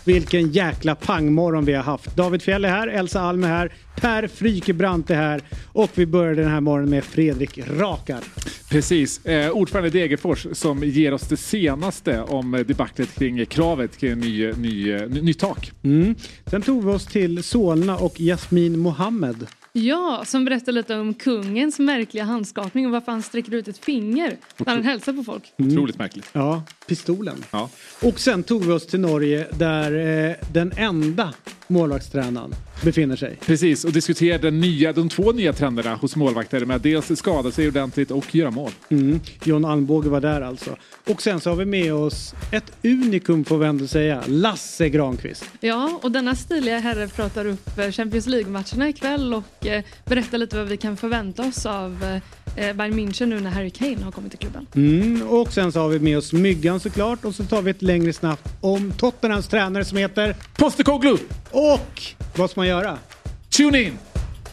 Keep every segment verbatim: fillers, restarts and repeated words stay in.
Vilken jäkla pangmorgon vi har haft. David Fjell är här, Elsa Alm är här, Per Frykebrant är här och vi börjar den här morgonen med Fredrik Rakar. Precis, eh, ordförande Degerfors som ger oss det senaste om debaclet kring kravet kring ny, ny, ny, ny tak. Mm. Sen tog vi oss till Solna och Jasmin Mohammed. Ja, som berättar lite om kungens märkliga handskakning och varför han sträcker ut ett finger när han hälsar på folk. Mm. Otroligt märkligt. Ja, pistolen. Ja. Och sen tog vi oss till Norge där eh, den enda målvaktstränaren befinner sig. Precis, och diskuterar den nya, de två nya trenderna hos målvakter med att dels skada sig ordentligt och göra mål. Mm. John Almbåge var där alltså. Och sen så har vi med oss ett unikum får vi ändå säga, Lasse Granqvist. Ja, och denna stiliga herre pratar upp Champions League-matcherna ikväll och eh, berättar lite vad vi kan förvänta oss av eh, Bayern München nu när Harry Kane har kommit till klubben. Mm. Och sen så har vi med oss Myggan såklart och så tar vi ett längre snabbt om Tottenhams tränare som heter Postecoglou. Och vad ska man göra? Tune in!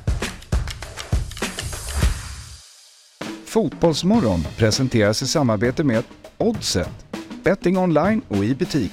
Fotbollsmorgon presenteras i samarbete med Oddset, betting online och i butik.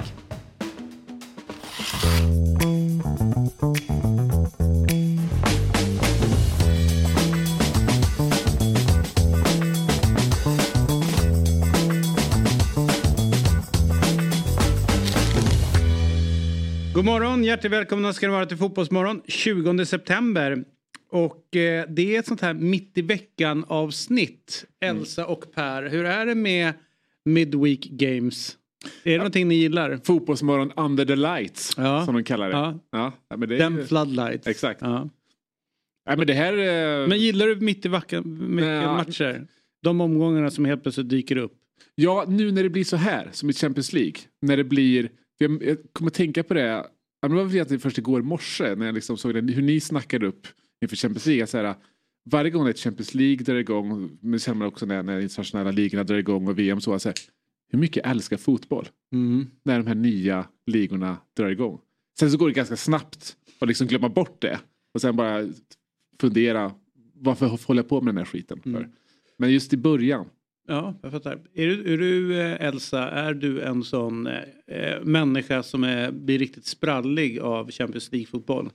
God morgon, hjärtligt välkomna ska ni vara till Fotbollsmorgon tjugonde september. Och eh, det är ett sånt här mitt i veckan avsnitt. Elsa och Per, hur är det med Midweek Games? Är det ja. någonting ni gillar? Fotbollsmorgon under the lights, ja. som de kallar det. Ja. Ja. Ja, men det är Den ju... floodlights. Exakt. Ja. Ja, men, det här, eh... men gillar du mitt i veckan ja. matcher? De omgångarna som helt plötsligt dyker upp. Ja, nu när det blir så här, som i Champions League. När det blir, jag, jag kommer tänka på det. Det var egentligen först igår morse när jag liksom såg det, hur ni snackade upp inför Champions League. Så här, varje gång ett Champions League drar igång, men sen också när, när internationella ligorna drar igång och V M så, så här, hur mycket jag älskar fotboll mm. när de här nya ligorna drar igång. Sen så går det ganska snabbt att liksom glömma bort det och sen bara fundera, varför håller jag på med den här skiten för? Mm. Men just i början. Ja, jag fattar. Är du, är du Elsa, är du en sån eh, människa som är, blir riktigt sprallig av Champions League-fotboll?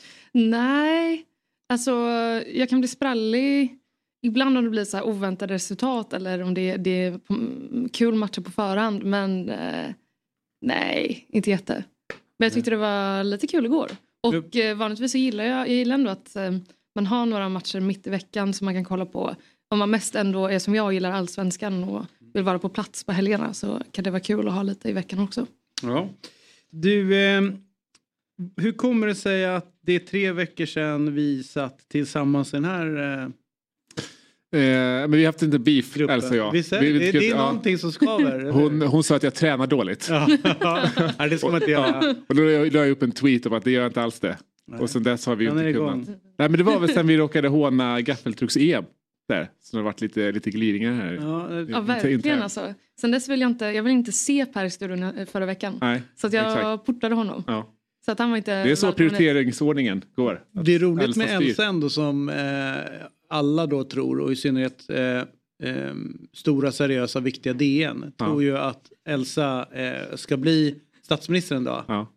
Nej, alltså jag kan bli sprallig ibland om det blir så här oväntade resultat eller om det, det är kul matcher på förhand, men eh, nej, inte jätte. Men jag tyckte det var lite kul igår. Och eh, vanligtvis så gillar jag, jag gillar ändå att eh, man har några matcher mitt i veckan som man kan kolla på. Om man mest ändå är som jag gillar allsvenskan och vill vara på plats på helgerna, så kan det vara kul att ha lite i veckan också. Ja. Du, eh, hur kommer det sig att det är tre veckor sedan vi satt tillsammans den här... Eh... Eh, men vi har haft en beef, alltså jag. Vi ser, vi, det, det är ja. någonting som skaver. Hon, hon sa att jag tränar dåligt. Ja, ja det ska man inte göra. Och då la jag upp en tweet om att det gör inte alls det. Nej. Och sen dess har vi ju inte kunnat. Nej, men det var väl sen vi råkade håna Gaffeltrucks-E M. Där, så det har varit lite, lite gliringar här. Ja, ja verkligen alltså. Sen dess vill jag inte, jag vill inte se Per i studion förra veckan. Nej, så att jag exakt. portade honom. Ja. Så att han var inte... Det är så prioriteringsordningen går. Det är roligt Elsa med Elsa ändå som eh, alla då tror, och i synnerhet eh, eh, stora, seriösa, viktiga D N tror ja. ju att Elsa eh, ska bli statsminister en dag. Ja.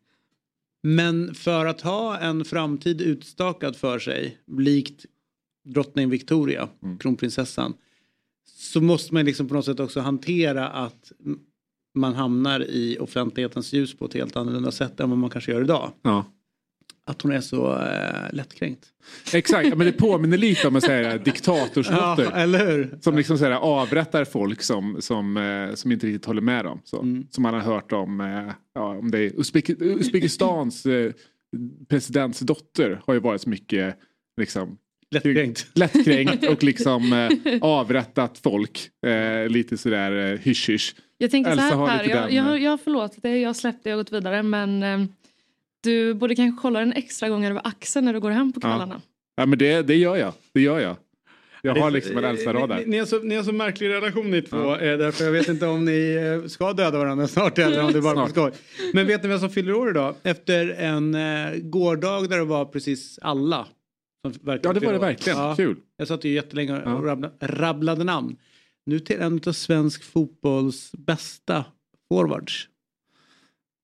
Men för att ha en framtid utstakad för sig, likt drottning Victoria, mm. kronprinsessan, så måste man liksom på något sätt också hantera att man hamnar i offentlighetens ljus på ett helt annorlunda sätt än vad man kanske gör idag. Ja. Att hon är så äh, lättkränkt. Exakt, ja, men det påminner lite om en sån diktatorsdotter. Ja, eller hur? Som liksom så här, avrättar folk som, som, eh, som inte riktigt håller med dem. Så. Mm. Som man har hört om, eh, ja, om det är Uzbek- Uzbekistans eh, presidents dotter har ju varit så mycket liksom lättkränkt. Lättkränkt och liksom eh, avrättat folk. Eh, lite sådär eh, hysch-hysch. Jag tänker Elsa så här, Per, jag, jag, jag har förlåtit dig, jag har släppt dig och gått vidare, men eh, du borde kanske kolla en extra gång över axeln när du går hem på kvällarna. Ja, ja men det, det gör jag. Det gör jag. Jag har liksom en Elsa-rad där. Ni, ni, har så, ni har så märklig relation ni två. Ja. Eh, därför jag vet inte om ni eh, ska döda varandra snart eller om det bara ska. Men vet ni vem som fyller år idag? Efter en eh, gårdag där det var precis alla. Som ja, det var det verkligen. Ja. Kul. Jag satt ju jättelänge och ja. rabblade, rabblade namn. Nu till en av svensk fotbolls bästa forwards.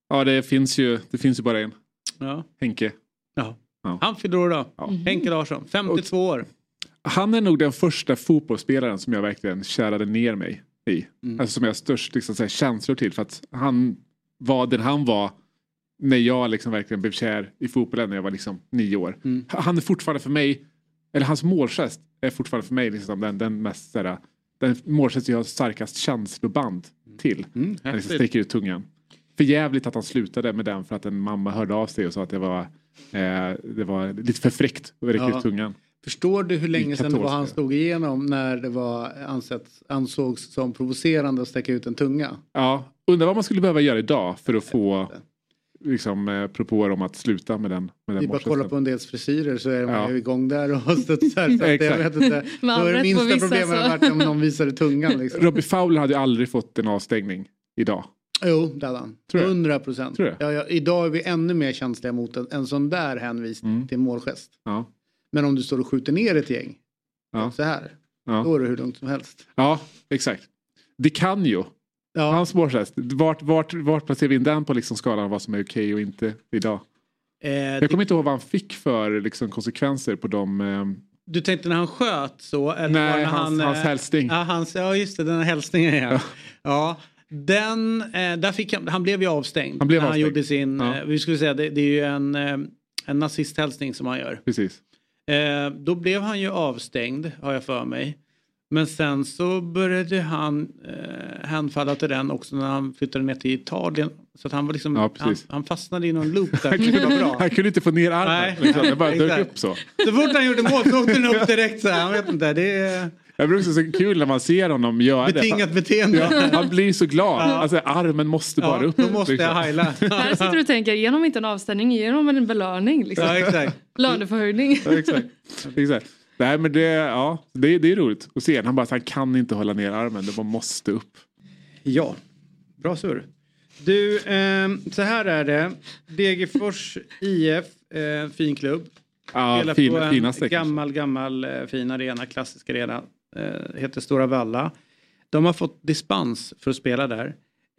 Ja, det finns ju, det finns ju bara en. Ja. Henke. Ja. Ja. Han fyller år då. Ja. Henke Larsson, femtiotvå år. Han är nog den första fotbollsspelaren som jag verkligen kärade ner mig i. Mm. Alltså som jag har störst liksom, så här, känslor till. För att han var den han var när jag liksom verkligen blev kär i fotbollen när jag var liksom nio år. Mm. Han är fortfarande för mig, eller hans målgest är fortfarande för mig liksom, den, den mest såhär, den målgest jag har starkast känsloband till. Mm. Han liksom sticker ut tungan. För jävligt att han slutade med den för att en mamma hörde av sig och sa att det var, eh, det var lite för fräckt att räcka ja. ut tungan. Förstår du hur länge sedan det var han stod igenom när det var ansett, ansågs som provocerande att sträcka ut en tunga? Ja, undrar vad man skulle behöva göra idag för att få liksom, eh, propåer om att sluta med den. Med den vi bara kollar på en dels frisyrer så är man ja. ju igång där och studsar. Så att jag vet inte. Då är det minsta problemet så. Varit om någon visade tungan. Liksom. Robbie Fowler hade ju aldrig fått en avstängning idag. Jo, det hade han. hundra procent. Ja, ja, idag är vi ännu mer känsliga mot en, en sån där hänvisning mm. till målgest. Ja. Men om du står och skjuter ner ett gäng ja. så här, ja. då är det hur långt som helst. Ja, exakt. Det kan ju. Ja. Hans målgest. Vart, vart, vart placerar vi in den på liksom skalan av vad som är okej och inte idag? Eh, jag kommer det... inte ihåg vad han fick för liksom, konsekvenser på de... Eh... Du tänkte när han sköt så? Eller Nej, när hans, han, hans hälsning. Ja, hans, ja, just det, den här hälsningen. Ja. ja. ja. Den, eh, där fick han, han blev ju avstängd. Han blev när avstängd. Han gjorde sin, ja. eh, vi skulle säga, det, det är ju en, eh, en nazisthälsning som han gör. Precis. Eh, då blev han ju avstängd, har jag för mig. Men sen så började han eh, hänfalla till den också när han flyttade ner till Italien. Så att han var liksom, ja, han, han fastnade i någon loop där. han, kunde, bra. han kunde inte få ner armen. Nej. Liksom. Det bara dök upp så. Så fort han gjorde mål så åkte den upp direkt så här. Han vet inte, det är... Jag brukar också så kul när man ser honom göra det. Betingat beteende. Ja, han blir så glad. Ja. Alltså armen måste bara ja, upp. Då måste liksom. jag heila. Här sitter du och tänker, genom inte en avstängning, genom en belöning. Liksom. Ja, exakt. Löneförhöjning. Ja, exakt. exakt. Nej, men det, ja, det, det är roligt att se. Han bara att han kan inte hålla ner armen. Det bara måste upp. Ja, bra surr. Du, eh, så här är det. Degerfors I F, eh, fin klubb. Ja, spelar fin, på en finaste, gammal, gammal eh, fin arena, klassisk arena. Eh, heter Stora Valla. De har fått dispens för att spela där.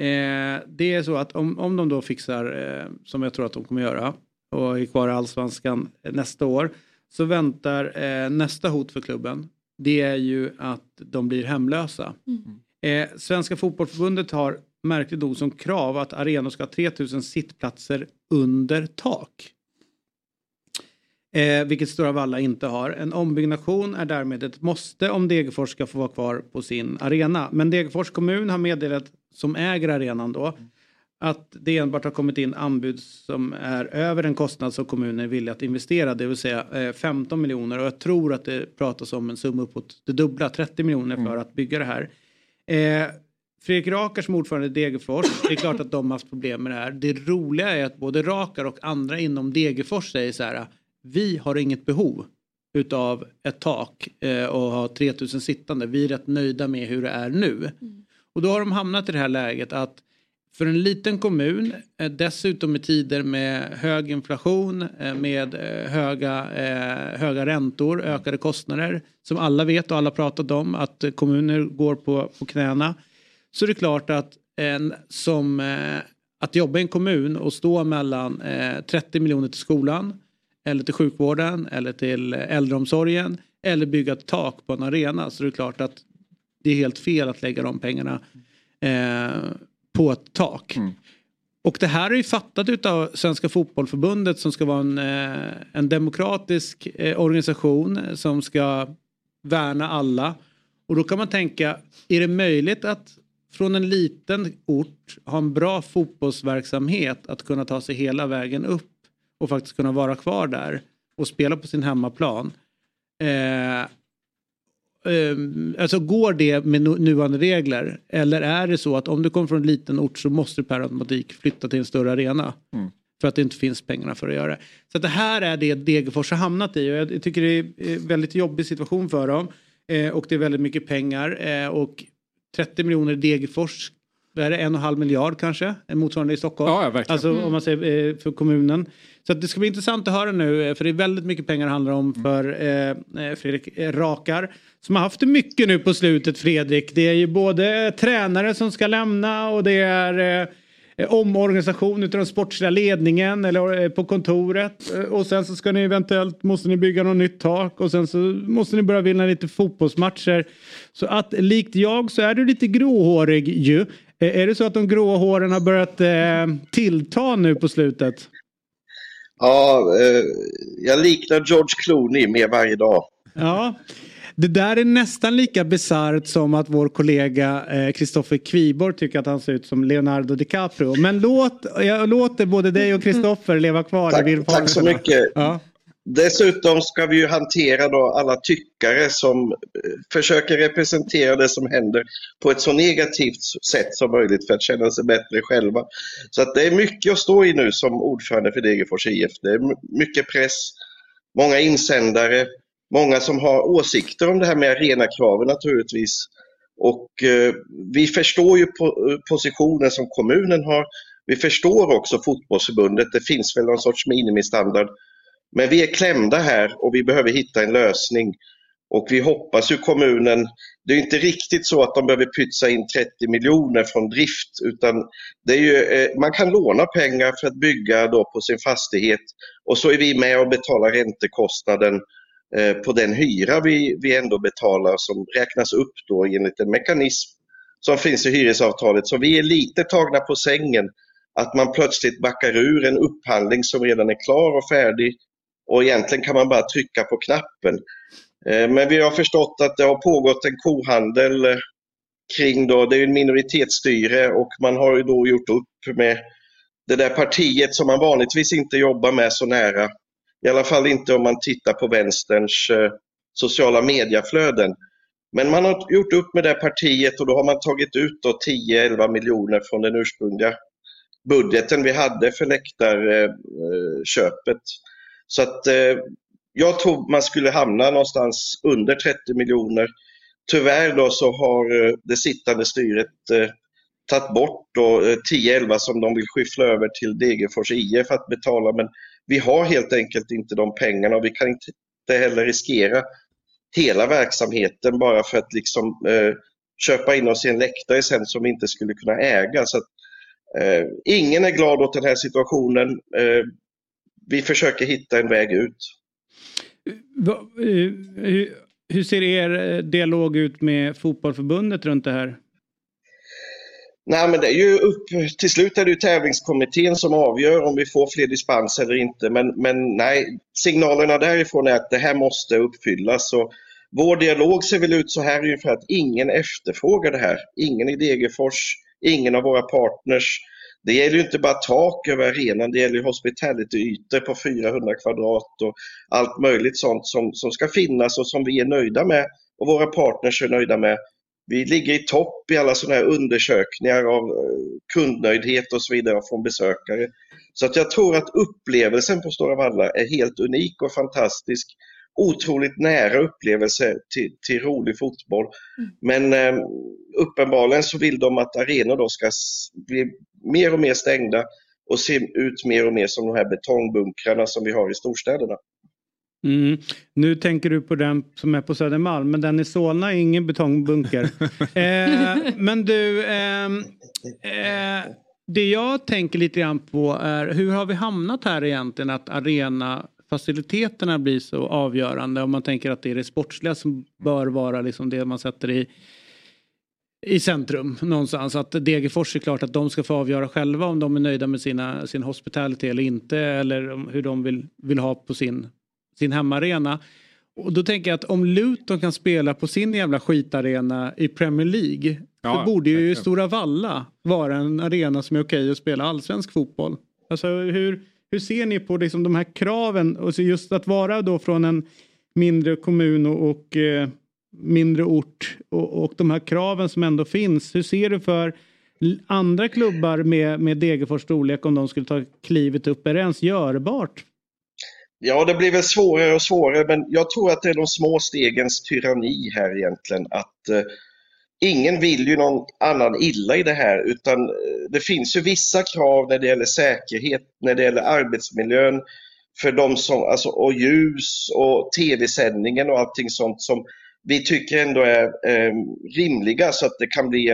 Eh, det är så att om, om de då fixar, eh, som jag tror att de kommer göra, och är kvar i Allsvenskan nästa år, så väntar eh, nästa hot för klubben. Det är ju att de blir hemlösa. Mm. Eh, Svenska fotbollförbundet har märkligt nog som krav att arenor ska ha tre tusen sittplatser under tak. Eh, vilket Stora Valla inte har. En ombyggnation är därmed ett måste om Degerfors ska få vara kvar på sin arena. Men Degerfors kommun har meddelat, som äger arenan då, att det enbart har kommit in anbud som är över den kostnad som kommunen är villig att investera. Det vill säga eh, femton miljoner. Och jag tror att det pratas om en summa uppåt det dubbla, trettio miljoner för mm. att bygga det här. Eh, Fredrik Rakar som ordförande i Degerfors, det är klart att de har haft problem med det här. Det roliga är att både Rakar och andra inom Degerfors säger så här: vi har inget behov utav ett tak eh, och ha tre tusen sittande. Vi är rätt nöjda med hur det är nu. Mm. Och då har de hamnat i det här läget att för en liten kommun, eh, dessutom i tider med hög inflation, eh, med eh, höga, eh, höga räntor, ökade kostnader, som alla vet och alla pratat om, att eh, kommuner går på, på knäna. Så det är klart att, eh, som, eh, att jobba i en kommun och stå mellan eh, trettio miljoner till skolan, eller till sjukvården, eller till äldreomsorgen, eller bygga ett tak på en arena. Så det är klart att det är helt fel att lägga de pengarna eh, på ett tak. Mm. Och det här är ju fattat av Svenska fotbollförbundet som ska vara en, eh, en demokratisk eh, organisation som ska värna alla. Och då kan man tänka, är det möjligt att från en liten ort ha en bra fotbollsverksamhet att kunna ta sig hela vägen upp och faktiskt kunna vara kvar där och spela på sin hemmaplan. Eh, eh, alltså går det med nuvarande regler? Eller är det så att om du kommer från en liten ort så måste du per automatik flytta till en större arena? Mm. För att det inte finns pengarna för att göra det. Så att det här är det Degerfors har hamnat i. Och jag tycker det är en väldigt jobbig situation för dem. Eh, och det är väldigt mycket pengar. Eh, och trettio miljoner i Degerfors. Det är en och en halv miljard kanske. En motsvarande i Stockholm. Ja, verkligen. Alltså mm. om man säger för kommunen. Så att det ska bli intressant att höra nu. För det är väldigt mycket pengar det handlar om för eh, Fredrik Rakar. Som har haft det mycket nu på slutet, Fredrik. Det är ju både tränare som ska lämna. Och det är eh, omorganisation utav den sportsliga ledningen eller eh, på kontoret. Eh, och sen så ska ni eventuellt, måste ni bygga något nytt tak. Och sen så måste ni börja vinna lite fotbollsmatcher. Så att likt jag så är du lite gråhårig ju. Eh, är det så att de gråa håren har börjat eh, tillta nu på slutet? Ja, eh, jag liknar George Clooney med varje dag. Ja, det där är nästan lika bizarrt som att vår kollega Kristoffer eh, Kviborg tycker att han ser ut som Leonardo DiCaprio. Men låt, jag låter både dig och Kristoffer leva kvar. Tack, i din tack så mycket. Ja. Dessutom ska vi ju hantera då alla tyckare som försöker representera det som händer på ett så negativt sätt som möjligt för att känna sig bättre själva. Så att det är mycket att stå i nu som ordförande för Degerfors I F. Det är mycket press, många insändare, många som har åsikter om det här med arenakraven naturligtvis. Och eh, vi förstår ju po- positionen som kommunen har. Vi förstår också fotbollsförbundet. Det finns väl någon sorts minimistandard. Men vi är klämda här och vi behöver hitta en lösning. Och vi hoppas ju kommunen, det är inte riktigt så att de behöver pytsa in trettio miljoner från drift, utan det är ju, man kan låna pengar för att bygga då på sin fastighet och så är vi med och betalar räntekostnaden på den hyra vi, vi ändå betalar som räknas upp då enligt en mekanism som finns i hyresavtalet. Så vi är lite tagna på sängen att man plötsligt backar ur en upphandling som redan är klar och färdig och egentligen kan man bara trycka på knappen. Men vi har förstått att det har pågått en kohandel kring då, det är en minoritetsstyre och man har ju då gjort upp med det där partiet som man vanligtvis inte jobbar med så nära. I alla fall inte om man tittar på vänsterns eh, sociala medieflöden. Men man har gjort upp med det partiet och då har man tagit ut då tio till elva miljoner från den ursprungliga budgeten vi hade för läktarköpet. Eh, Så att eh, jag tror man skulle hamna någonstans under trettio miljoner. Tyvärr då så har eh, det sittande styret eh, tagit bort då, eh, tio till elva som de vill skyffla över till Degerfors I F att betala, men vi har helt enkelt inte de pengarna och vi kan inte heller riskera hela verksamheten bara för att liksom eh, köpa in oss i en läktare sen som vi inte skulle kunna äga. Så att, eh, ingen är glad åt den här situationen. Eh, vi försöker hitta en väg ut. Va, hur, hur ser er dialog ut med fotbollförbundet runt det här? Nej, men det är ju upp, till slut är det ju tävlingskommittén som avgör om vi får fler dispenser eller inte. Men, men nej, signalerna därifrån är att det här måste uppfyllas. Så vår dialog ser väl ut så här ungefär att ingen efterfrågar det här. Ingen i Degerfors, ingen av våra partners. Det gäller ju inte bara tak över arenan, det gäller ju hospitality-ytor på fyrahundra kvadrat och allt möjligt sånt som, som ska finnas och som vi är nöjda med och våra partners är nöjda med. Vi ligger i topp i alla sådana här undersökningar av kundnöjdhet och så vidare från besökare. Så att jag tror att upplevelsen på Stora Valla är helt unik och fantastisk. Otroligt nära upplevelse till, till rolig fotboll. Mm. Men eh, uppenbarligen så vill de att arenor då ska bli mer och mer stängda och se ut mer och mer som de här betongbunkrarna som vi har i storstäderna. Mm. Nu tänker du på den som är på Södermalm, men den i Solna är ingen betongbunker. eh, men du, eh, eh, det jag tänker lite grann på är hur har vi hamnat här egentligen att arenafaciliteterna blir så avgörande om man tänker att det är det sportsliga som bör vara liksom det man sätter i i centrum någonstans. Att Degerfors är klart att de ska få avgöra själva om de är nöjda med sina, sin hospitality eller inte eller om, hur de vill, vill ha på sin sin hemmaarena. Och då tänker jag att om Luton kan spela på sin jävla skitarena i Premier League ja, så borde ju Stora Valla vara en arena som är okej att spela allsvensk fotboll. Alltså hur, hur ser ni på liksom de här kraven och så just att vara då från en mindre kommun och, och eh, mindre ort och, och de här kraven som ändå finns. Hur ser du för andra klubbar med, med Degerfors storlek om de skulle ta klivet upp? Är det ens görbart? Ja, det blir väl svårare och svårare, men jag tror att det är de små stegens tyranni här egentligen. Att eh, ingen vill ju någon annan illa i det här, utan eh, det finns ju vissa krav när det gäller säkerhet, när det gäller arbetsmiljön för de som, alltså, och ljus och tv-sändningen och allting sånt som vi tycker ändå är eh, rimliga så att det kan bli en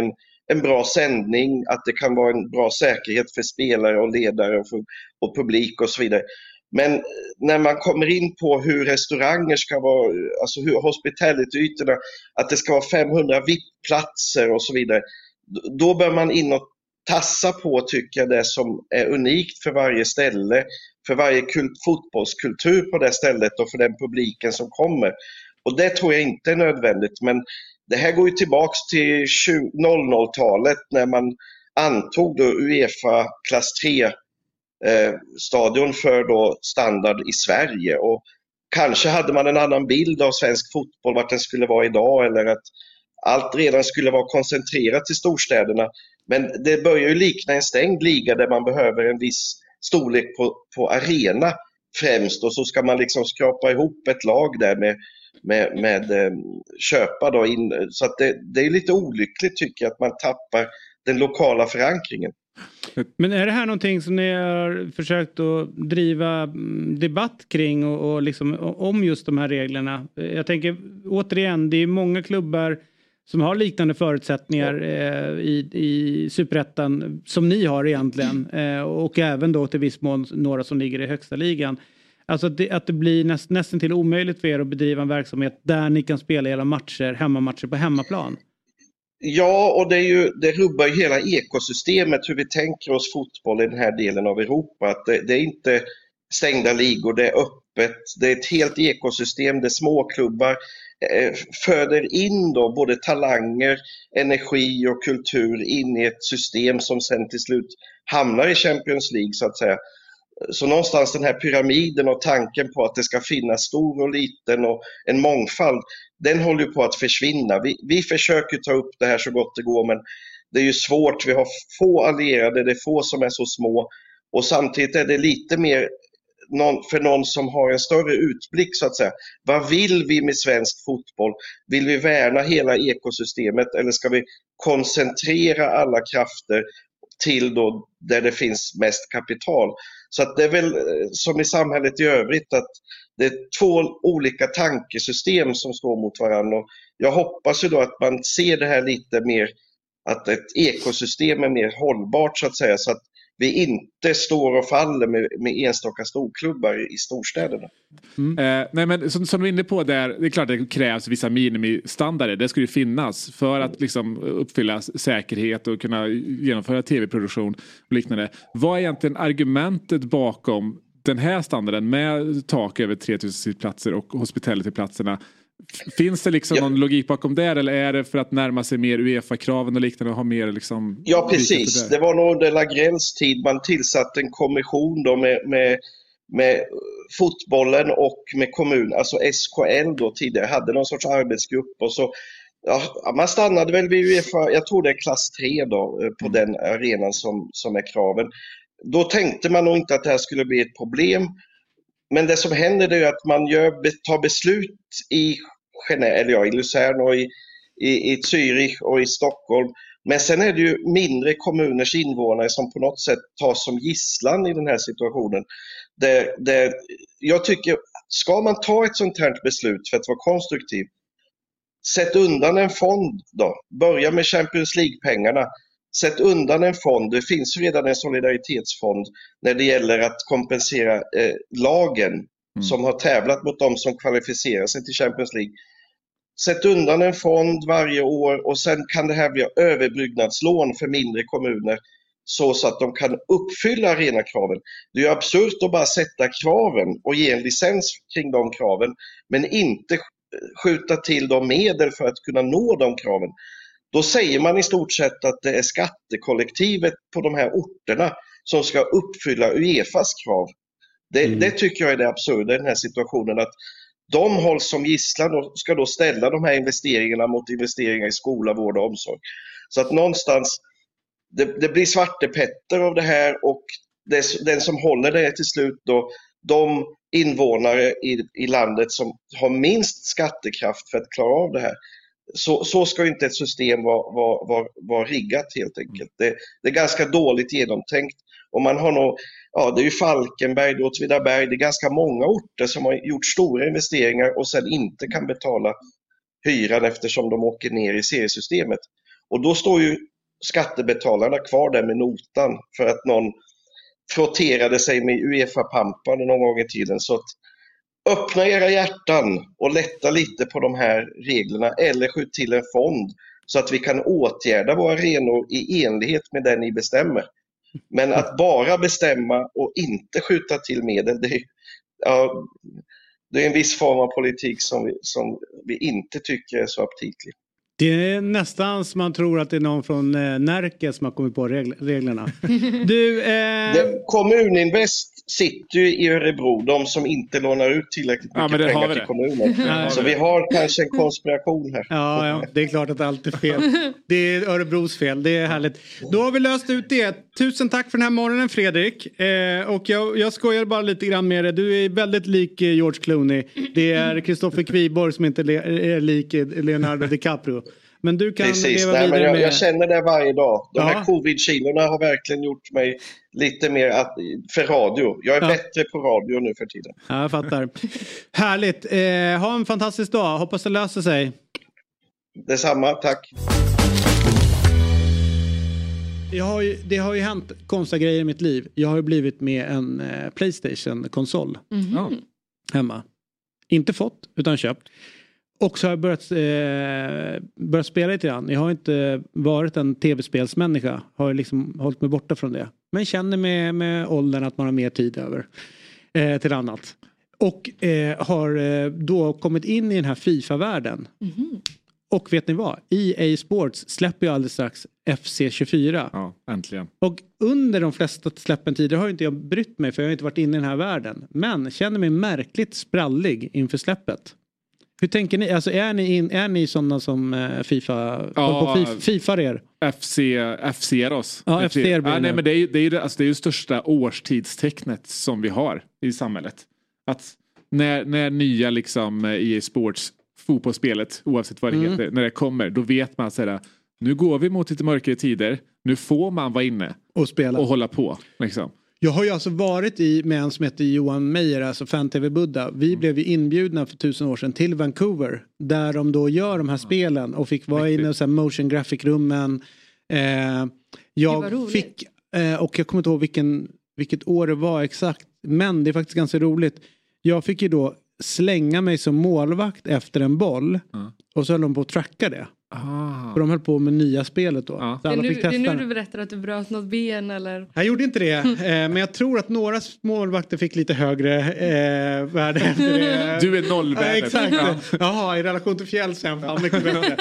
en bra sändning, att det kan vara en bra säkerhet för spelare och ledare och, för, och publik och så vidare. Men när man kommer in på hur restauranger ska vara, alltså hur hospitality-ytorna, att det ska vara femhundra V I P-platser och så vidare, då bör man in och tassa på, tycker jag, det som är unikt för varje ställe, för varje kult, fotbollskultur på det stället och för den publiken som kommer. Och det tror jag inte är nödvändigt, men det här går ju tillbaks till noll noll-talet när man antog då UEFA klass tre eh, stadion för då standard i Sverige, och kanske hade man en annan bild av svensk fotboll, vart den skulle vara idag, eller att allt redan skulle vara koncentrerat till storstäderna. Men det börjar ju likna en stängd liga där man behöver en viss storlek på, på arena främst, och så ska man liksom skrapa ihop ett lag där med, med, med eh, köpa då in. Så att det, det är lite olyckligt, tycker jag, att man tappar den lokala förankringen. Men är det här någonting som ni har försökt att driva debatt kring och, och liksom om just de här reglerna? Jag tänker återigen, det är många klubbar som har liknande förutsättningar eh, i, i Superettan som ni har egentligen. Eh, och även då till viss mån några som ligger i högsta ligan. Alltså att det, att det blir näst, nästan till omöjligt för er att bedriva en verksamhet där ni kan spela hela matcher, hemmamatcher på hemmaplan. Ja, och det, är ju, det rubbar ju hela ekosystemet, hur vi tänker oss fotboll i den här delen av Europa. Att det, det är inte stängda ligor, det är öppet, det är ett helt ekosystem, det är småklubbar. Föder in då både talanger, energi och kultur in i ett system som sen till slut hamnar i Champions League, så att säga. Så någonstans den här pyramiden och tanken på att det ska finnas stor och liten och en mångfald, den håller på att försvinna. Vi, vi försöker ta upp det här så gott det går, men det är ju svårt. Vi har få allierade, det är få som är så små, och samtidigt är det lite mer någon, för någon som har en större utblick, så att säga. Vad vill vi med svensk fotboll? Vill vi värna hela ekosystemet, eller ska vi koncentrera alla krafter till då där det finns mest kapital? Så att det är väl som i samhället i övrigt, att det är två olika tankesystem som står mot varandra. Och jag hoppas ju då att man ser det här lite mer, att ett ekosystem är mer hållbart, så att säga, så att vi inte står och faller med, med enstaka storklubbar i storstäderna. Mm. Eh, nej men som, som du är inne på där, det är klart att det krävs vissa minimistandarder. Det ska ju finnas för att liksom uppfylla säkerhet och kunna genomföra tv-produktion och liknande. Vad är egentligen argumentet bakom den här standarden med tak över tre tusen platser och hospitality-platserna? Finns det liksom ja. någon logik bakom det, eller är det för att närma sig mer UEFA-kraven och liknande och ha mer liksom... Ja, precis. Det var nog under Lagrells tid man tillsatte en kommission då med, med, med fotbollen och med kommun, alltså S K L då tidigare hade någon sorts arbetsgrupp, och så ja, man stannade väl vid UEFA, jag tror det är klass tre då på mm. den arenan som, som är kraven. Då tänkte man nog inte att det här skulle bli ett problem. Men det som händer är att man gör, tar beslut i Genève, eller ja, i Luzern och i, i, i Zürich och i Stockholm. Men sen är det ju mindre kommuners invånare som på något sätt tas som gisslan i den här situationen. Det, det, jag tycker, ska man ta ett sånt här beslut för att vara konstruktiv, sätt undan en fond då. Börja med Champions League-pengarna. Sätt undan en fond. Det finns redan en solidaritetsfond när det gäller att kompensera eh, lagen mm. som har tävlat mot de som kvalificerar sig till Champions League. Sätt undan en fond varje år, och sen kan det här bli överbyggnadslån för mindre kommuner så, så att de kan uppfylla arenakraven. Det är ju absurt att bara sätta kraven och ge en licens kring de kraven, men inte skjuta till de medel för att kunna nå de kraven. Då säger man i stort sett att det är skattekollektivet på de här orterna som ska uppfylla UEFAs krav. Det, mm. det tycker jag är det absurda i den här situationen, att de hålls som gisslan och ska då ställa de här investeringarna mot investeringar i skola, vård och omsorg. Så att någonstans, det, det blir svartepetter av det här, och det, den som håller det är till slut då de invånare i, i landet som har minst skattekraft för att klara av det här. Så, så ska inte ett system vara, vara, vara, vara riggat helt enkelt. Det, det är ganska dåligt genomtänkt. Och man har nog, ja, det är ju Falkenberg och Åtvidaberg, det är ganska många orter som har gjort stora investeringar och sen inte kan betala hyran eftersom de åker ner i seriesystemet. Och då står ju skattebetalarna kvar där med notan för att någon frotterade sig med UEFA-pampan någon gång i tiden. Så att öppna era hjärtan och lätta lite på de här reglerna eller skjut till en fond så att vi kan åtgärda våra arenor i enlighet med det ni bestämmer. Men att bara bestämma och inte skjuta till medel, det är, ja, det är en viss form av politik som vi, som vi inte tycker är så aptitlig. Det är nästan som man tror att det är någon från eh, Närke som har kommit på regl- reglerna. Du, eh... det, Kommuninvest sitter ju i Örebro, de som inte lånar ut tillräckligt ja, mycket pengar till det. kommunen. Ja, så vi har kanske en konspiration här. Ja, ja, det är klart att allt är fel. Det är Örebros fel, det är härligt. Då har vi löst ut det. Tusen tack för den här morgonen, Fredrik. Eh, och jag, jag skojar bara lite grann med det. Du är väldigt lik George Clooney. Det är Kristoffer Kviborg som inte är lik Leonardo DiCaprio. Men du kan Precis. leva Nej, vidare men jag, med... jag känner det varje dag. De ja. här covid-kilorna har verkligen gjort mig lite mer att, för radio. Jag är ja. bättre på radio nu för tiden. Ja, jag fattar. Härligt. Eh, ha en fantastisk dag. Hoppas det löser sig. Detsamma, tack. Jag har ju, det har ju hänt konstiga grejer i mitt liv. Jag har ju blivit med en eh, PlayStation-konsol Mm-hmm. hemma. Inte fått, utan köpt. Och så har jag börjat, eh, börjat spela lite grann. Jag har inte varit en tv-spelsmänniska. Har liksom hållit mig borta från det. Men känner med, med åldern att man har mer tid över eh, till annat. Och eh, har eh, då kommit in i den här FIFA-världen. Mm-hmm. Och vet ni vad? E A Sports släpper ju alldeles strax F C tjugofyra. Ja, äntligen. Och under de flesta släppen tidigare har inte jag brytt mig, för jag har inte varit inne i den här världen. Men känner mig märkligt sprallig inför släppet. Hur tänker ni? Alltså är ni, in, är ni sådana som uh, FIFA, ja, på FIFA, FIFA er? F C, F C oss. Ja, F C er ja, nej, men det är ju det, är, alltså, det är ju största årstidstecknet som vi har i samhället. Att när, när nya liksom E A Sports fotbollsspelet, oavsett vad det mm. heter, när det kommer, då vet man såhär, nu går vi mot lite mörkare tider, nu får man vara inne och spela och hålla på liksom. Jag har ju alltså varit i med en som heter Johan Meijer, alltså fan-tv-Buddha. Vi mm. blev ju inbjudna för tusen år sedan till Vancouver, där de då gör de här spelen och fick vara inne i så här motion graphic-rummen. Eh, jag fick, eh, och jag kommer inte ihåg vilken, vilket år det var exakt, men det är faktiskt ganska roligt. Jag fick ju då slänga mig som målvakt efter en boll mm. och så höll de på att tracka det. Ah. För de höll på med nya spelet då. Ah. Så alla det, är nu, fick testa. Det är nu du berättar att du bröt något ben eller? Jag gjorde inte det. eh, men jag tror att några målvakter fick lite högre eh, värde efter det. Du är nollvärdet. Ja, exakt. Ja. Jaha, i relation till Fjällsen. Ja, mycket bättre.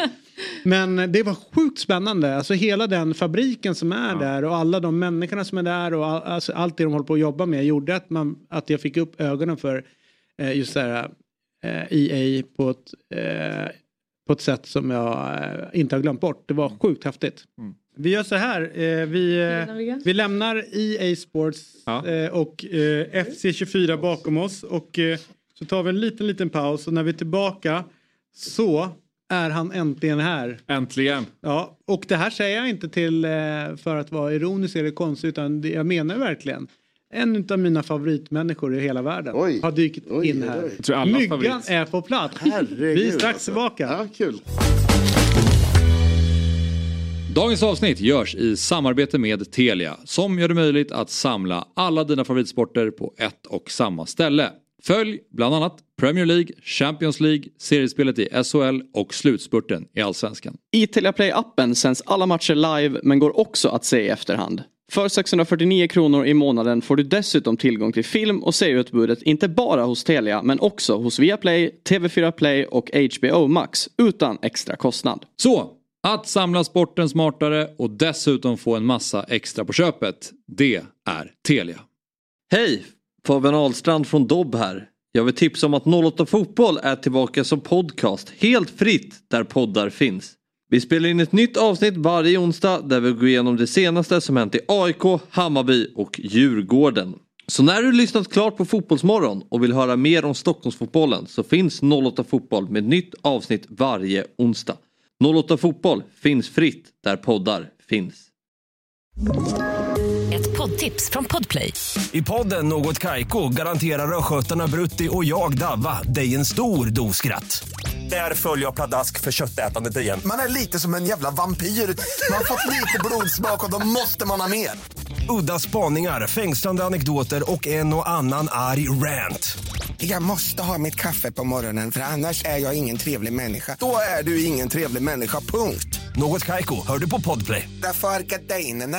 Men det var sjukt spännande. Alltså hela den fabriken som är ja. där och alla de människorna som är där och all, alltså, allt det de håller på att jobba med gjorde att, man, att jag fick upp ögonen för eh, just det här eh, E A på ett eh, på ett sätt som jag eh, inte har glömt bort. Det var sjukt häftigt. Mm. Vi gör så här. Eh, vi, eh, vi lämnar E A Sports ja. eh, och eh, F C tjugofyra bakom oss. Och eh, så tar vi en liten, liten paus. Och när vi är tillbaka så är han äntligen här. Äntligen. Ja, och det här säger jag inte till eh, för att vara ironisk eller konstigt. Utan det, jag menar verkligen. En av mina favoritmänniskor i hela världen oj, har dykt oj, in här. Jag tror alla Myggan favorit. är på plats. Herregud, vi är strax alltså. tillbaka. Ja, kul. Dagens avsnitt görs i samarbete med Telia som gör det möjligt att samla alla dina favoritsporter på ett och samma ställe. Följ bland annat Premier League, Champions League, seriespelet i S H L och slutspurten i Allsvenskan. I Telia Play-appen sänds alla matcher live men går också att se i efterhand. För sexhundrafyrtionio kronor i månaden får du dessutom tillgång till film- och serieutbudet inte bara hos Telia men också hos Viaplay, T V fyra Play och H B O Max utan extra kostnad. Så, att samla sporten smartare och dessutom få en massa extra på köpet, det är Telia. Hej, Fabian Ahlstrand från Dobb här. Jag vill tipsa om att noll åtta Fotboll är tillbaka som podcast helt fritt där poddar finns. Vi spelar in ett nytt avsnitt varje onsdag där vi går igenom det senaste som hänt i A I K, Hammarby och Djurgården. Så när du lyssnat klart på Fotbollsmorgon och vill höra mer om Stockholmsfotbollen så finns noll åtta Fotboll med nytt avsnitt varje onsdag. noll åtta Fotboll finns fritt där poddar finns. Ett poddtips från Podplay. I podden Något Kaiko garanterar röskötarna Brutti och jag Davva dig en stor doskratt. Där följer jag pladask för köttätandet igen. Man är lite som en jävla vampyr. Man har fått lite blodsmak och då måste man ha mer. Udda spaningar, fängslande anekdoter och en och annan arg rant. Jag måste ha mitt kaffe på morgonen för annars är jag ingen trevlig människa. Då är du ingen trevlig människa, punkt. Något Kaiko, hör du på Podplay. Därför är gardinerna.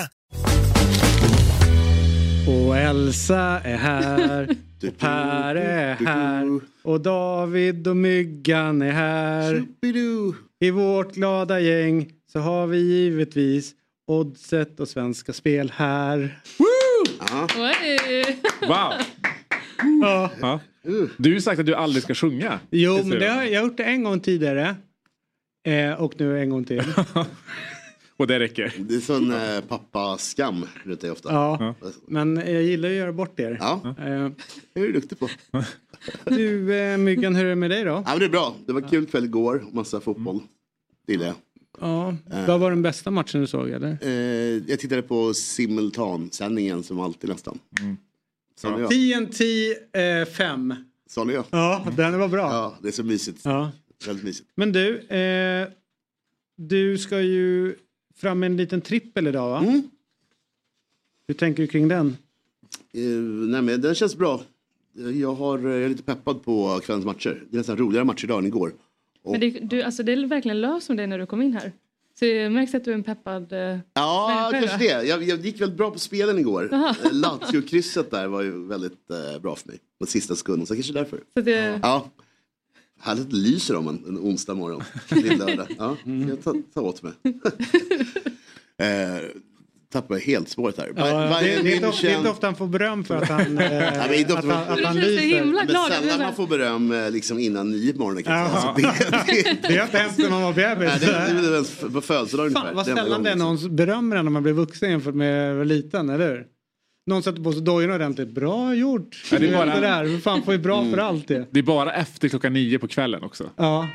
Och Elsa är här, och Per är här, och David och Myggan är här. I vårt glada gäng så har vi givetvis Oddset och Svenska Spel här. Ja. Wow. Ja. Ja. Du har ju sagt att du aldrig ska sjunga. Jo, men det har jag gjort det en gång tidigare. Eh, och nu en gång till. Och det räcker. Det är sån eh, pappa-skam runt det ofta. Ja, ja, men jag gillar att göra bort er. Ja, eh. det är du duktig på. Du, eh, Myggan, hur är det med dig då? Ja, men det är bra. Det var kul kväll igår. Massa fotboll. Det gillar jag. Ja, eh. vad var den bästa matchen du såg, eller? Eh, jag tittade på simultansändningen som alltid nästan. Mm. Ja. T N T fem. Sa ni jag? Ja, den var bra. Ja, det är så mysigt. Ja. Väldigt mysigt. Men du, eh, du ska ju fram med en liten trippel idag, va? Mm. Hur tänker du kring den? Uh, nej, men den känns bra. Jag, har, jag är lite peppad på kvällens matcher. Det är nästan roligare match idag än igår. Och... Men det, du, alltså, det är verkligen löst om dig när du kom in här. Så det märks att du är en peppad eh, Ja, kanske det. Jag, jag gick väldigt bra på spelen igår. Lazio-krysset där var ju väldigt eh, bra för mig. På sista sekunden, så kanske därför. Så det... Ja. Härligt lyser om en, en onsdag morgon. Till lördag. Ja, jag tar ta åt mig. eh, tappar helt spåret här. Ja, det, det, det, är inte ofta, det är inte ofta han får beröm för att han, eh, ja, att han, att han lyser. Himla glad. Men sällan man får beröm eh, liksom innan nio på morgonen. Ja. Alltså, det, det, det är inte ens när man var bebis. Ja, det, det, det, det, på födelsedag ungefär. Fan, vad sällan det är någon berömmer när man blir vuxen jämfört med liten, eller hur? Någon sätter på sig dojorna ordentligt. Bra gjort. Ja, det är bara... det där. Hur fan får ju bra mm. för allt det. Det är bara efter klockan nio på kvällen också. Ja.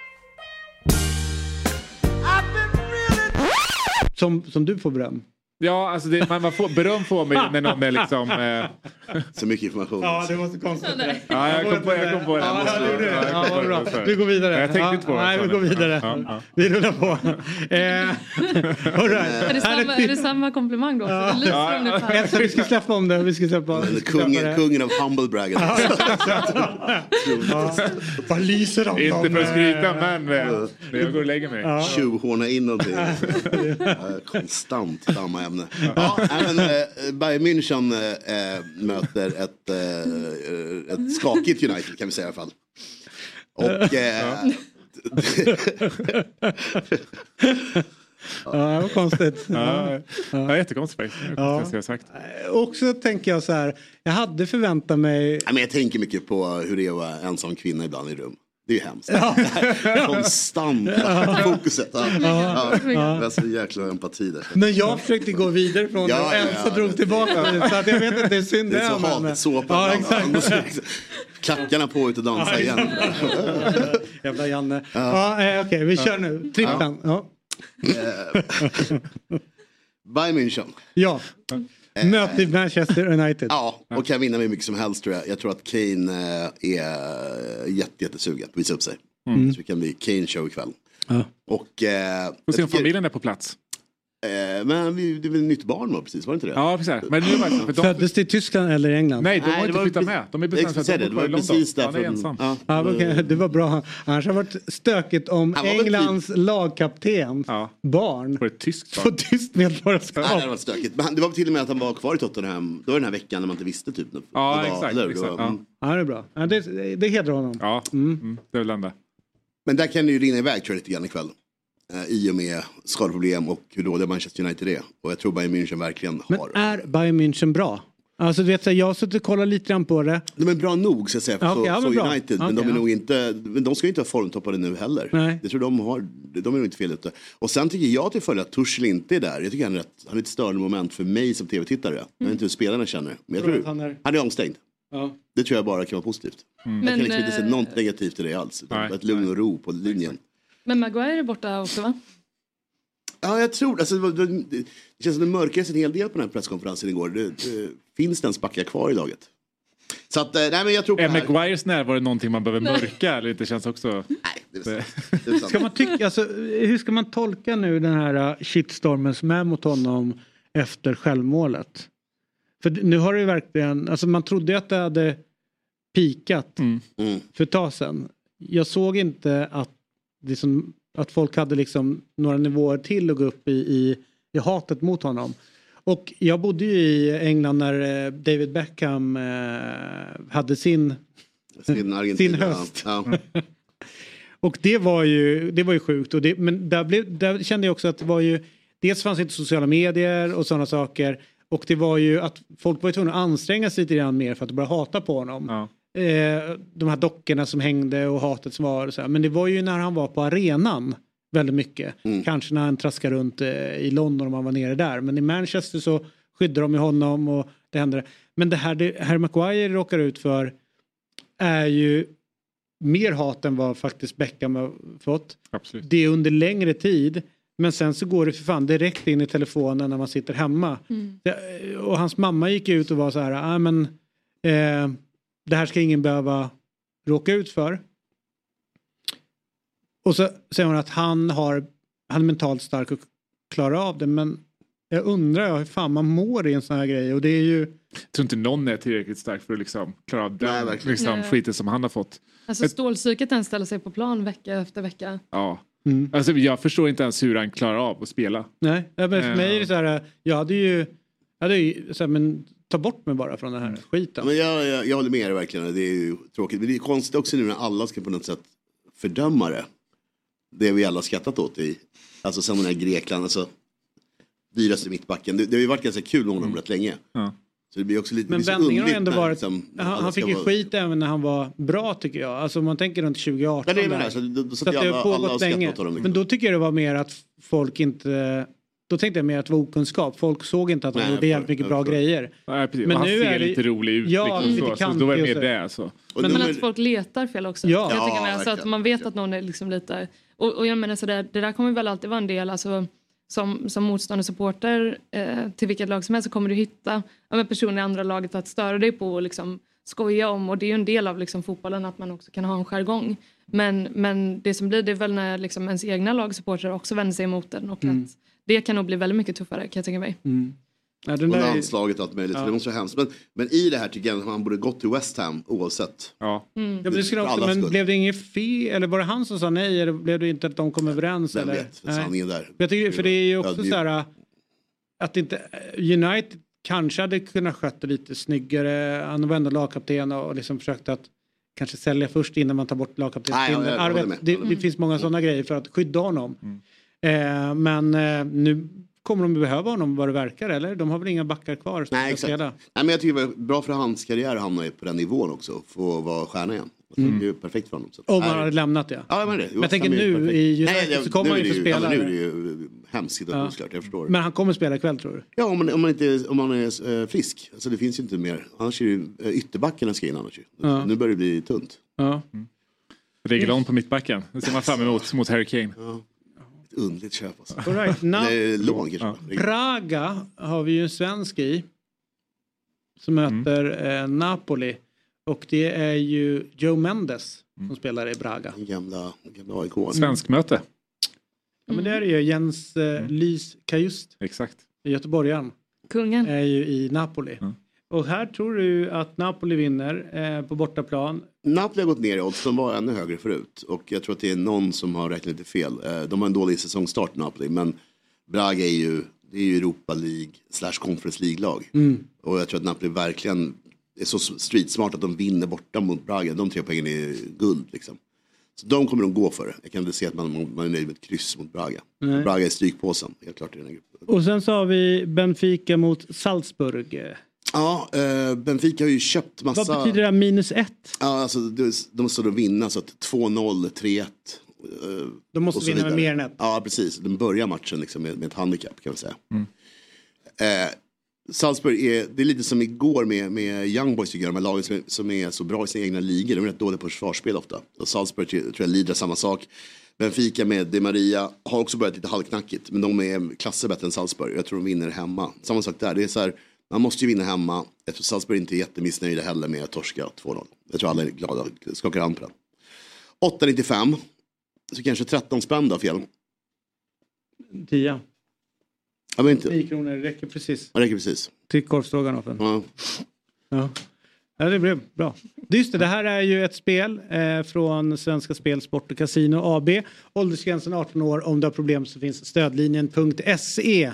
Som, som du får beröm. Ja, alltså det, man, man får, beröm får mig när någon är liksom... Eh... Så mycket information. Ja, det måste konstigt. Ja, jag kom på, jag kom på det. Ja, ja, det. Ja, ja, vad bra. Vi går vidare. Jag tänkte inte på det. Nej, vi går vidare. Ja, ja. Vi rullar på. Eh, all right. Är det samma, är det samma komplimang då? Ja. Det ja, ja. Efter, vi ska släppa om det. Vi ska släppa, Men, kungen, kungen av humblebrag. Ja. Vad lyser de? Inte för att skryta, men jag går och lägger mig. Ja. Tjuvhåna in någonting. Konstant samma ämne. Ja, men, äh, Bayern München äh, möter ett, äh, ett skakigt United kan vi säga i alla fall. Och... Äh, Ja, det var konstigt. Ja, ja. Ja, jättekonstigt faktiskt. Ja. Jag sagt. Också tänker jag så här, jag hade förväntat mig... Ja, men jag tänker mycket på hur det är att vara ensam kvinna ibland i rum. Det är ju hemskt. Ja. Konstant ja. fokuset. Ja. Ja. Ja. Ja. Det är så jäkla empati där. Men jag försökte gå vidare från ja, det och Elsa ja, drog tillbaka. Så att jag vet att det är synd. Det är så hatet såpa. Ja, exakt. Klackarna på ut och dansa ja, igen. Jävla Janne. Ja. Ja, okej, okay, vi kör nu. Trippen. Ja. Ja. Bayern München. Ja. Möter Manchester United. Ja, och kan vinna med mycket som helst tror jag. Jag tror att Kane är jätte, jättesugen att visa upp sig. Mm. Så vi kan bli Kane show ikväll. Ja. Och... Eh, och se om familjen är på plats. Eh, men vi, det är väl ett nytt barn var precis, var det inte det? Ja, precis. Men nu var de... Föddes det i Tyskland eller England? Nej, de har inte flyttat med. De är bestämda för att de var precis där. Han är ensam. Ja. Ja, okay. Det var bra. Annars har det varit stökigt om Englands typ... lagkapten ja. barn på ett tyskt får tyst medborgarskap. Nej, det var stökigt. Men det var till och med att han var kvar i Tottenham. Då var den här veckan när man inte visste typ. Ja, var, exakt. Eller, exakt. Var, ja. ja, det är bra. Ja, det, det hedrar honom. Ja, mm. Mm. det är väl enda. Men där kan det ju rinna iväg tror jag lite grann ikväll. I och med skadeproblem och hur dåliga Manchester United är. Och jag tror Bayern München verkligen men har. Men är Bayern München bra? Alltså du vet, jag har suttit och kollat lite grann på det. De är bra nog så att säga för okay, så, ja, så United. Okay, men de är ja. nog inte, men de ska ju inte vara formtoppade nu heller. Nej. Jag tror de har, de är nog inte fel ute. Och sen tycker jag till följd att Tuchel inte är där. Jag tycker han är, rätt, han är ett störande moment för mig som tv-tittare. Mm. Jag vet inte hur spelarna känner. Men jag tror, tror han, är... han är omstängd. Ja. Det tror jag bara kan vara positivt. Mm. Jag men, kan liksom inte se äh... något negativt i det alls. Nej. Ett lugn och ro på linjen. Men Maguire är borta också va? Ja, jag tror alltså, det, det, det känns som det mörkades en hel del på den här presskonferensen igår. Det, det finns den spacka kvar i laget. Så att, nej men jag tror på är Maguires närvaro någonting man behöver mörka eller det känns också... Nej, Det är ska man tycka, alltså, hur ska man tolka nu den här shitstormen som är mot honom efter självmålet? För nu har det ju verkligen, alltså man trodde ju att det hade pikat mm. Mm. för ett tag sedan. Jag såg inte att, liksom, att folk hade liksom några nivåer till att gå upp i, i, i hatet mot honom. Och jag bodde ju i England när David Beckham eh, hade sin, sin, sin höst. Ja. Och det var ju, det var ju sjukt. Och det, men där, blev, där kände jag också att det var ju, dels fanns inte sociala medier och sådana saker. Och det var ju att folk var ju tvungna att anstränga sig lite grann mer för att börja hata på honom. Ja. Eh, de här dockorna som hängde och hatet som var. Och så här. Men det var ju när han var på arenan väldigt mycket. Mm. Kanske när han traskade runt eh, i London om han var nere där. Men i Manchester så skyddade de ju honom och det hände. Men det här det Harry Maguire råkar ut för är ju mer hat än vad faktiskt Beckham har fått. Absolut. Det är under längre tid. Men sen så går det för fan direkt in i telefonen när man sitter hemma. Mm. Det, och hans mamma gick ut och var så här, ah, men eh, det här ska ingen behöva råka ut för. Och så säger hon att han har han är mentalt stark och klarar av det. Men jag undrar hur fan man mår i en sån här grej. Och det är ju... Jag tror inte någon är tillräckligt stark för att liksom klara av den Nej, liksom, skiten som han har fått. Alltså Ett... stålpsyket den ställer sig på plan vecka efter vecka. Ja. Mm. Alltså, jag förstår inte ens hur han klarar av att spela. Nej, men för mig är det så här, jag hade ju, jag hade ju så här, men ta bort mig bara från den här skiten. Men jag, jag, jag håller med er verkligen, det är ju tråkigt. Men det är konstigt också nu när alla ska på något sätt fördöma det. Det vi alla skrattat åt i, alltså sen den här Grekland, alltså dyraste mittbacken. Det, det har ju varit ganska kul med honom mm. rätt länge. Ja. Så det blir också lite, men lite vändningen har ändå när, varit, liksom, han, han fick ju vara... skit även när han var bra tycker jag. Alltså om man tänker runt tjugo arton. Ja, det är där. Så, då, då så att det alla, har pågått länge. Honom, liksom. Men då tycker jag det var mer att folk inte, då tänkte jag mer att det var okunskap. Folk såg inte att han gjorde jävligt mycket bra grejer. Nej, precis. Men han nu ser är det lite rolig ut. Ja, liksom, lite så, kantig så då var det och mer så. det. Så. Men, men att folk letar fel också. Ja, jag tycker ja, med, alltså, att man vet att någon är liksom lite... Och, och jag menar så där, det där kommer väl alltid vara en del, alltså... Som, som motståndare supporter eh, till vilket lag som helst så kommer du hitta ja, personer i andra laget att störa dig på och liksom skoja om. Och det är ju en del av liksom, fotbollen att man också kan ha en jargong. Men, men det som blir det är väl när liksom, ens egna lagsupporter också vänder sig emot den. Och mm. att det kan nog bli väldigt mycket tuffare kan jag tänka mig. Mm. Ja, den och där landslaget och allt möjligt. Ja. Det måste vara hemskt. Men, men i det här tycker jag att man borde gått till West Ham oavsett. Ja. Mm. Ja, men det skulle också, men blev det inget fe eller var det han som sa nej eller blev det inte att de kom överens? Vem eller? vet, för sanningen där. Jag tycker, för det är ju också så här att inte United kanske hade kunnat sköta lite snyggare. Han var ändå lagkapten och liksom försökte att kanske sälja först innan man tar bort lagkapten. Ja, ja, det, det mm. finns många sådana grejer för att skydda honom. Mm. Eh, men eh, nu kommer de behöva honom vad det verkar eller? De har väl inga backar kvar? Nej, exakt. Nej, men jag tycker det var bra för hans karriär att hamna på den nivån också. Få vara stjärna igen. Alltså, mm. Det är ju perfekt för honom. Så. Om han hade lämnat det. Ja, men det. Men jag tänker nu perfekt. i United Nej, jag, så kommer han ju få spela. Ja, nu är det ju hemskt situationsklart, jag förstår. Men han kommer spela ikväll tror du? Ja, om man, om man, inte, om man är uh, frisk. Alltså det finns ju inte mer. Annars är det ju uh, ytterbackarna ska in annars ju. Ja. Nu börjar det bli tunt. Ja. Mm. Regelon på mittbacken. Det ser man fram emot mot Harry Kane. Ja. Ett underligt köp alltså. All right. Na- det är lån kanske. Ja. Braga har vi ju en svensk i. Som möter mm. eh, Napoli. Och det är ju Joe Mendes mm. som spelar i Braga. Den gamla, gamla A I K. Svensk möte. Ja men det är ju Jens eh, mm. Lys Kajust. Exakt. Göteborgaren. Kungen. Är ju i Napoli. Mm. Och här tror du att Napoli vinner eh, på bortaplan. Napoli har gått ner i odds, de var ännu högre förut. Och jag tror att det är någon som har räknat lite fel. Eh, de har en dålig säsongstart Napoli. Men Braga är ju, det är ju Europa League slash Conference League-lag. Mm. Och jag tror att Napoli verkligen är så streetsmart att de vinner borta mot Braga. De tre poängen är guld liksom. Så de kommer de gå för. Jag kan inte se att man, man är nöjd med ett kryss mot Braga. Nej. Braga är strykpåsen, helt klart i den här gruppen. Och sen så har vi Benfica mot Salzburg. Ja, eh, Benfica har ju köpt massa... Vad betyder det här minus ett? Ja, alltså de måste då vinna så att två noll, tre ett. Eh, de måste vinna med mer än ett. Ja, precis. De börjar matchen liksom med, med ett handikapp kan man säga. Mm. Eh, Salzburg är, det är lite som igår med, med Young Boys tycker jag, de här lagen som är, som är så bra i sina egna ligor. De är rätt dåliga på försvarsspel ofta. Och Salzburg tror jag lider samma sak. Benfica med Di Maria har också börjat lite halvknackigt. Men de är klasser bättre än Salzburg. Jag tror de vinner hemma. Samma sak där. Det är så här, man måste ju vinna hemma. Jag tror Salzburg inte är jättemissnöjda heller med att torska två noll. Jag tror alla är glada. Skakar hand på den. åtta nittiofem. Så kanske tretton spänn då, fel? tio. Ja, men inte. tio kronor, det räcker precis. Ja, det räcker precis. Till korvstroganoffen. Ja. Ja. Ja, det blev bra. Just det, det här är ju ett spel eh, från Svenska Spel, Sport och Casino A B. Åldersgränsen arton år. Om du har problem så finns stödlinjen punkt se.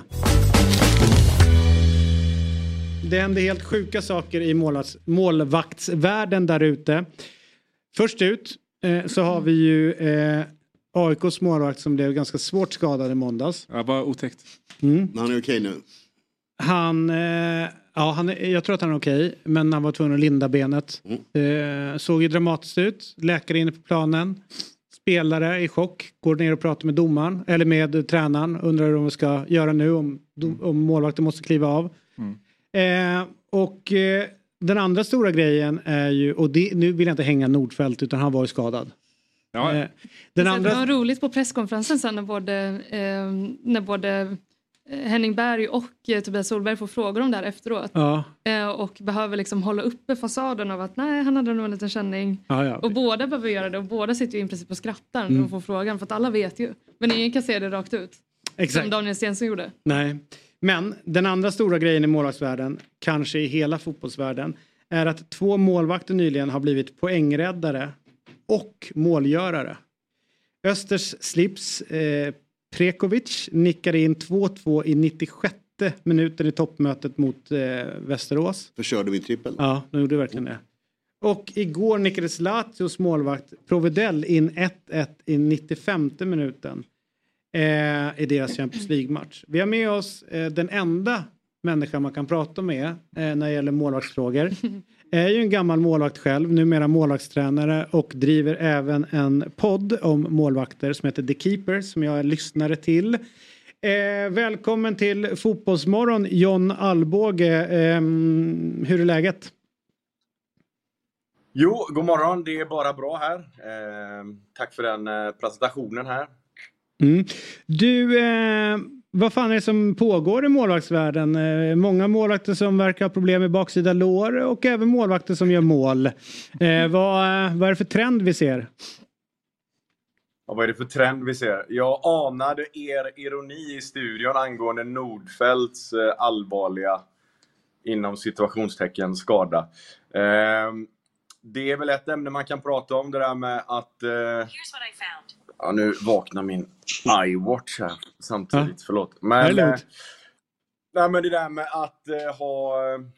Det händer helt sjuka saker i målvakts, målvaktsvärlden där ute. Först ut eh, så har vi ju eh, A I K:s målvakt som blev ganska svårt skadad i måndags. Ja, bara otäckt. Mm. Men han är okej nu. Han, eh, ja, han är, jag tror att han är okej, men han var tvungen att linda benet. Mm. Eh, såg ju dramatiskt ut. Läkare inne på planen. Spelare i chock. Går ner och pratar med domaren, eller med tränaren. Undrar hur de ska göra nu om, om målvakten måste kliva av. Mm. Eh, och eh, den andra stora grejen är ju, och det, nu vill jag inte hänga Nordfeldt utan han var ju skadad. Ja. Eh, den andra... Det var roligt på presskonferensen sen när både, eh, när både Henning Berg och eh, Tobias Solberg får frågor om det här efteråt. Ja. Eh, och behöver liksom hålla uppe fasaden av att nej, han hade nog en liten känning. Ja, ja. Och båda behöver göra det och båda sitter ju i princip och skrattar när mm. de får frågan för att alla vet ju. Men ingen kan se det rakt ut. Exakt. Som Daniel Stensson gjorde. Nej. Men den andra stora grejen i målvaktsvärlden, kanske i hela fotbollsvärlden, är att två målvakter nyligen har blivit poängräddare och målgörare. Östers slips eh, Prekovic nickade in två två i nittiosjätte minuten i toppmötet mot eh, Västerås. Förkörde vi trippel. Ja, de gjorde verkligen det. Och igår nickades Lazios målvakt Provedel in ett ett i nittiofemte minuten. Eh, i deras Champions League-match. Vi har med oss eh, den enda människan man kan prata med eh, när det gäller målvaktsfrågor. Är ju en gammal målvakt själv, numera målvaktstränare och driver även en podd om målvakter som heter The Keeper som jag är lyssnare till. Eh, välkommen till Fotbollsmorgon, John Alvbåge. Eh, hur är läget? Jo, god morgon. Det är bara bra här. Eh, tack för den eh, presentationen här. Mm. Du, eh, vad fan är det som pågår i målvaktsvärlden? Eh, många målvakter som verkar ha problem med baksida lår och även målvakter som gör mål. Eh, vad, vad är det för trend vi ser? Ja, vad är det för trend vi ser? Jag anade er ironi i studion angående Nordfeldts eh, allvarliga inom situationstecken skada. Eh, det är väl ett ämne man kan prata om, det där med att... Eh, Ja, nu vaknar min iWatch här samtidigt, ja. Förlåt. Men, eh, nej, men det där med att eh, ha,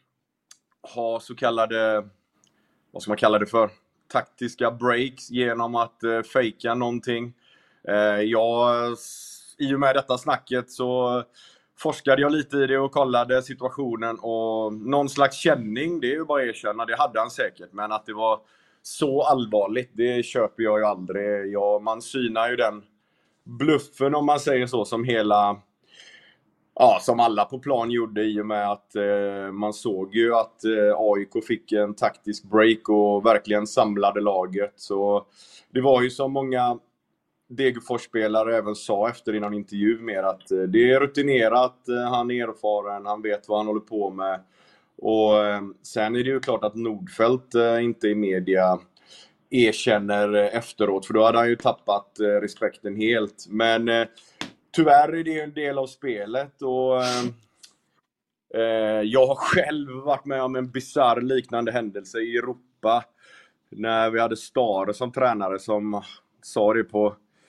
ha så kallade, vad ska man kalla det för, taktiska breaks genom att eh, fejka någonting. Eh, jag, i och med detta snacket så forskade jag lite i det och kollade situationen och någon slags känning, det är ju bara att erkänna, det hade han säkert, men att det var så allvarligt, det köper jag ju aldrig. Ja, man synar ju den bluffen, om man säger så, som hela, ja, som alla på plan gjorde, i och med att eh, man såg ju att eh, A I K fick en taktisk break och verkligen samlade laget. Så det var ju som många Degerfors-spelare även sa efter i någon intervju mer att eh, det är rutinerat, eh, han är erfaren, han vet vad han håller på med. Och eh, sen är det ju klart att Nordfeldt eh, inte i media erkänner eh, efteråt, för då hade han ju tappat eh, respekten helt. Men eh, tyvärr är det en del av spelet och eh, eh, jag har själv varit med om en bizarr liknande händelse i Europa när vi hade Stare som tränare som sa det på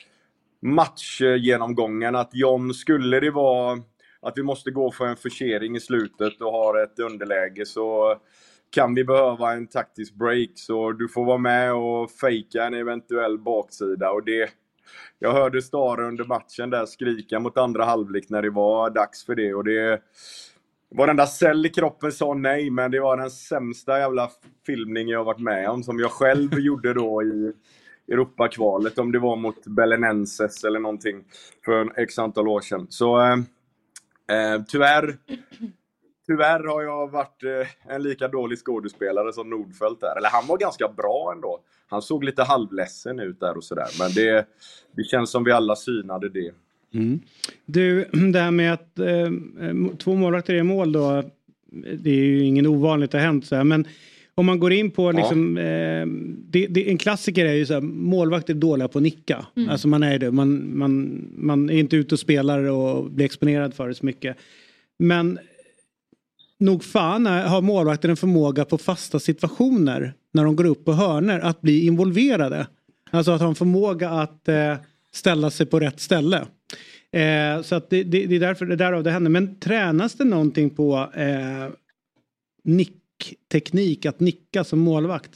matchgenomgången att John, skulle det vara att vi måste gå för en försening i slutet och ha ett underläge, så kan vi behöva en taktisk break, så du får vara med och fejka en eventuell baksida. Och det, jag hörde Stare under matchen där skrika mot andra halvlek när det var dags för det, och det varenda cell i kroppen sa nej, men det var den sämsta jävla filmning jag varit med om, som jag själv gjorde då i Europakvalet, om det var mot Belenenses eller någonting för en x antal år sedan. Så eh, Eh, tyvärr, tyvärr har jag varit eh, en lika dålig skådespelare som Nordfeldt där. Eller han var ganska bra ändå. Han såg lite halvledsen ut där och sådär. Men det, det känns som vi alla synade det. Mm. Du, det här med att eh, två målvakter är mål då. Det är ju ingen ovanligt att ha hänt så här. Men om man går in på liksom, ja. eh, det, det, en klassiker är ju så här, målvakter är dåliga på att nicka. Mm. Alltså man är det, man, man, man är inte ute och spelar och blir exponerad för det så mycket. Men nog fan har målvakter en förmåga på fasta situationer när de går upp på hörner att bli involverade. Alltså att ha en förmåga att eh, ställa sig på rätt ställe. Eh, så att det, det, det är därför det därav det händer. Men tränas det någonting på eh, nickteknik, att nicka som målvakt?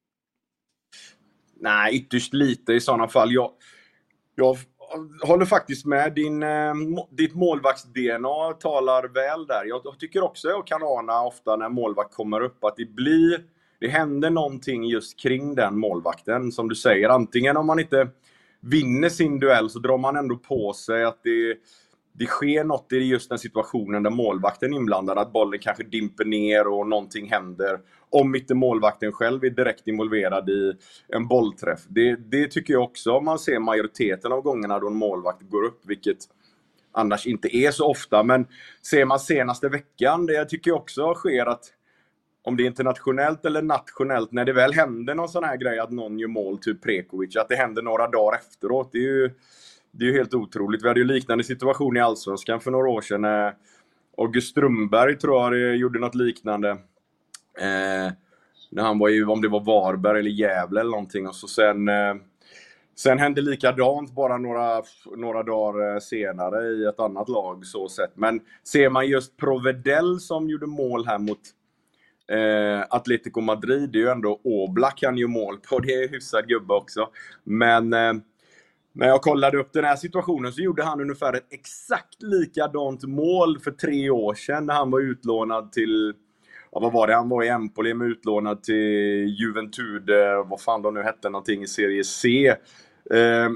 Nej, ytterst lite i sådana fall. Jag, jag håller faktiskt med. Din, eh, ditt målvakts-D N A talar väl där. Jag, jag tycker också jag kan ana ofta när målvakt kommer upp att det blir, det händer någonting just kring den målvakten. Som du säger, antingen om man inte vinner sin duell så drar man ändå på sig att det, det sker något i just den situationen där målvakten är inblandad. Att bollen kanske dimper ner och någonting händer. Om inte målvakten själv är direkt involverad i en bollträff. Det, det tycker jag också om man ser majoriteten av gångerna då en målvakt går upp. Vilket annars inte är så ofta. Men ser man senaste veckan, det tycker jag också sker att om det är internationellt eller nationellt, när det väl händer någon sån här grej att någon gör mål, typ Prekovic, att det händer några dagar efteråt, det är ju, det är ju helt otroligt. Vi hade ju liknande situation i Allsvenskan för några år sedan. Eh, August Strömberg tror jag det gjorde något liknande. Eh, när han var ju, om det var Varberg eller Gävle eller någonting. Och så sen, eh, sen hände likadant bara några, några dagar senare i ett annat lag så sett. Men ser man just Provedel som gjorde mål här mot Eh, Atletico Madrid, det är ju ändå Oblak han gör mål på, det är hyfsad gubbe också. Men eh, när jag kollade upp den här situationen så gjorde han ungefär ett exakt likadant mål för tre år sedan när han var utlånad till, ja, vad var det, han var i Empoli med utlånad till Juventud, eh, vad fan de nu hette, någonting i serie C. Eh,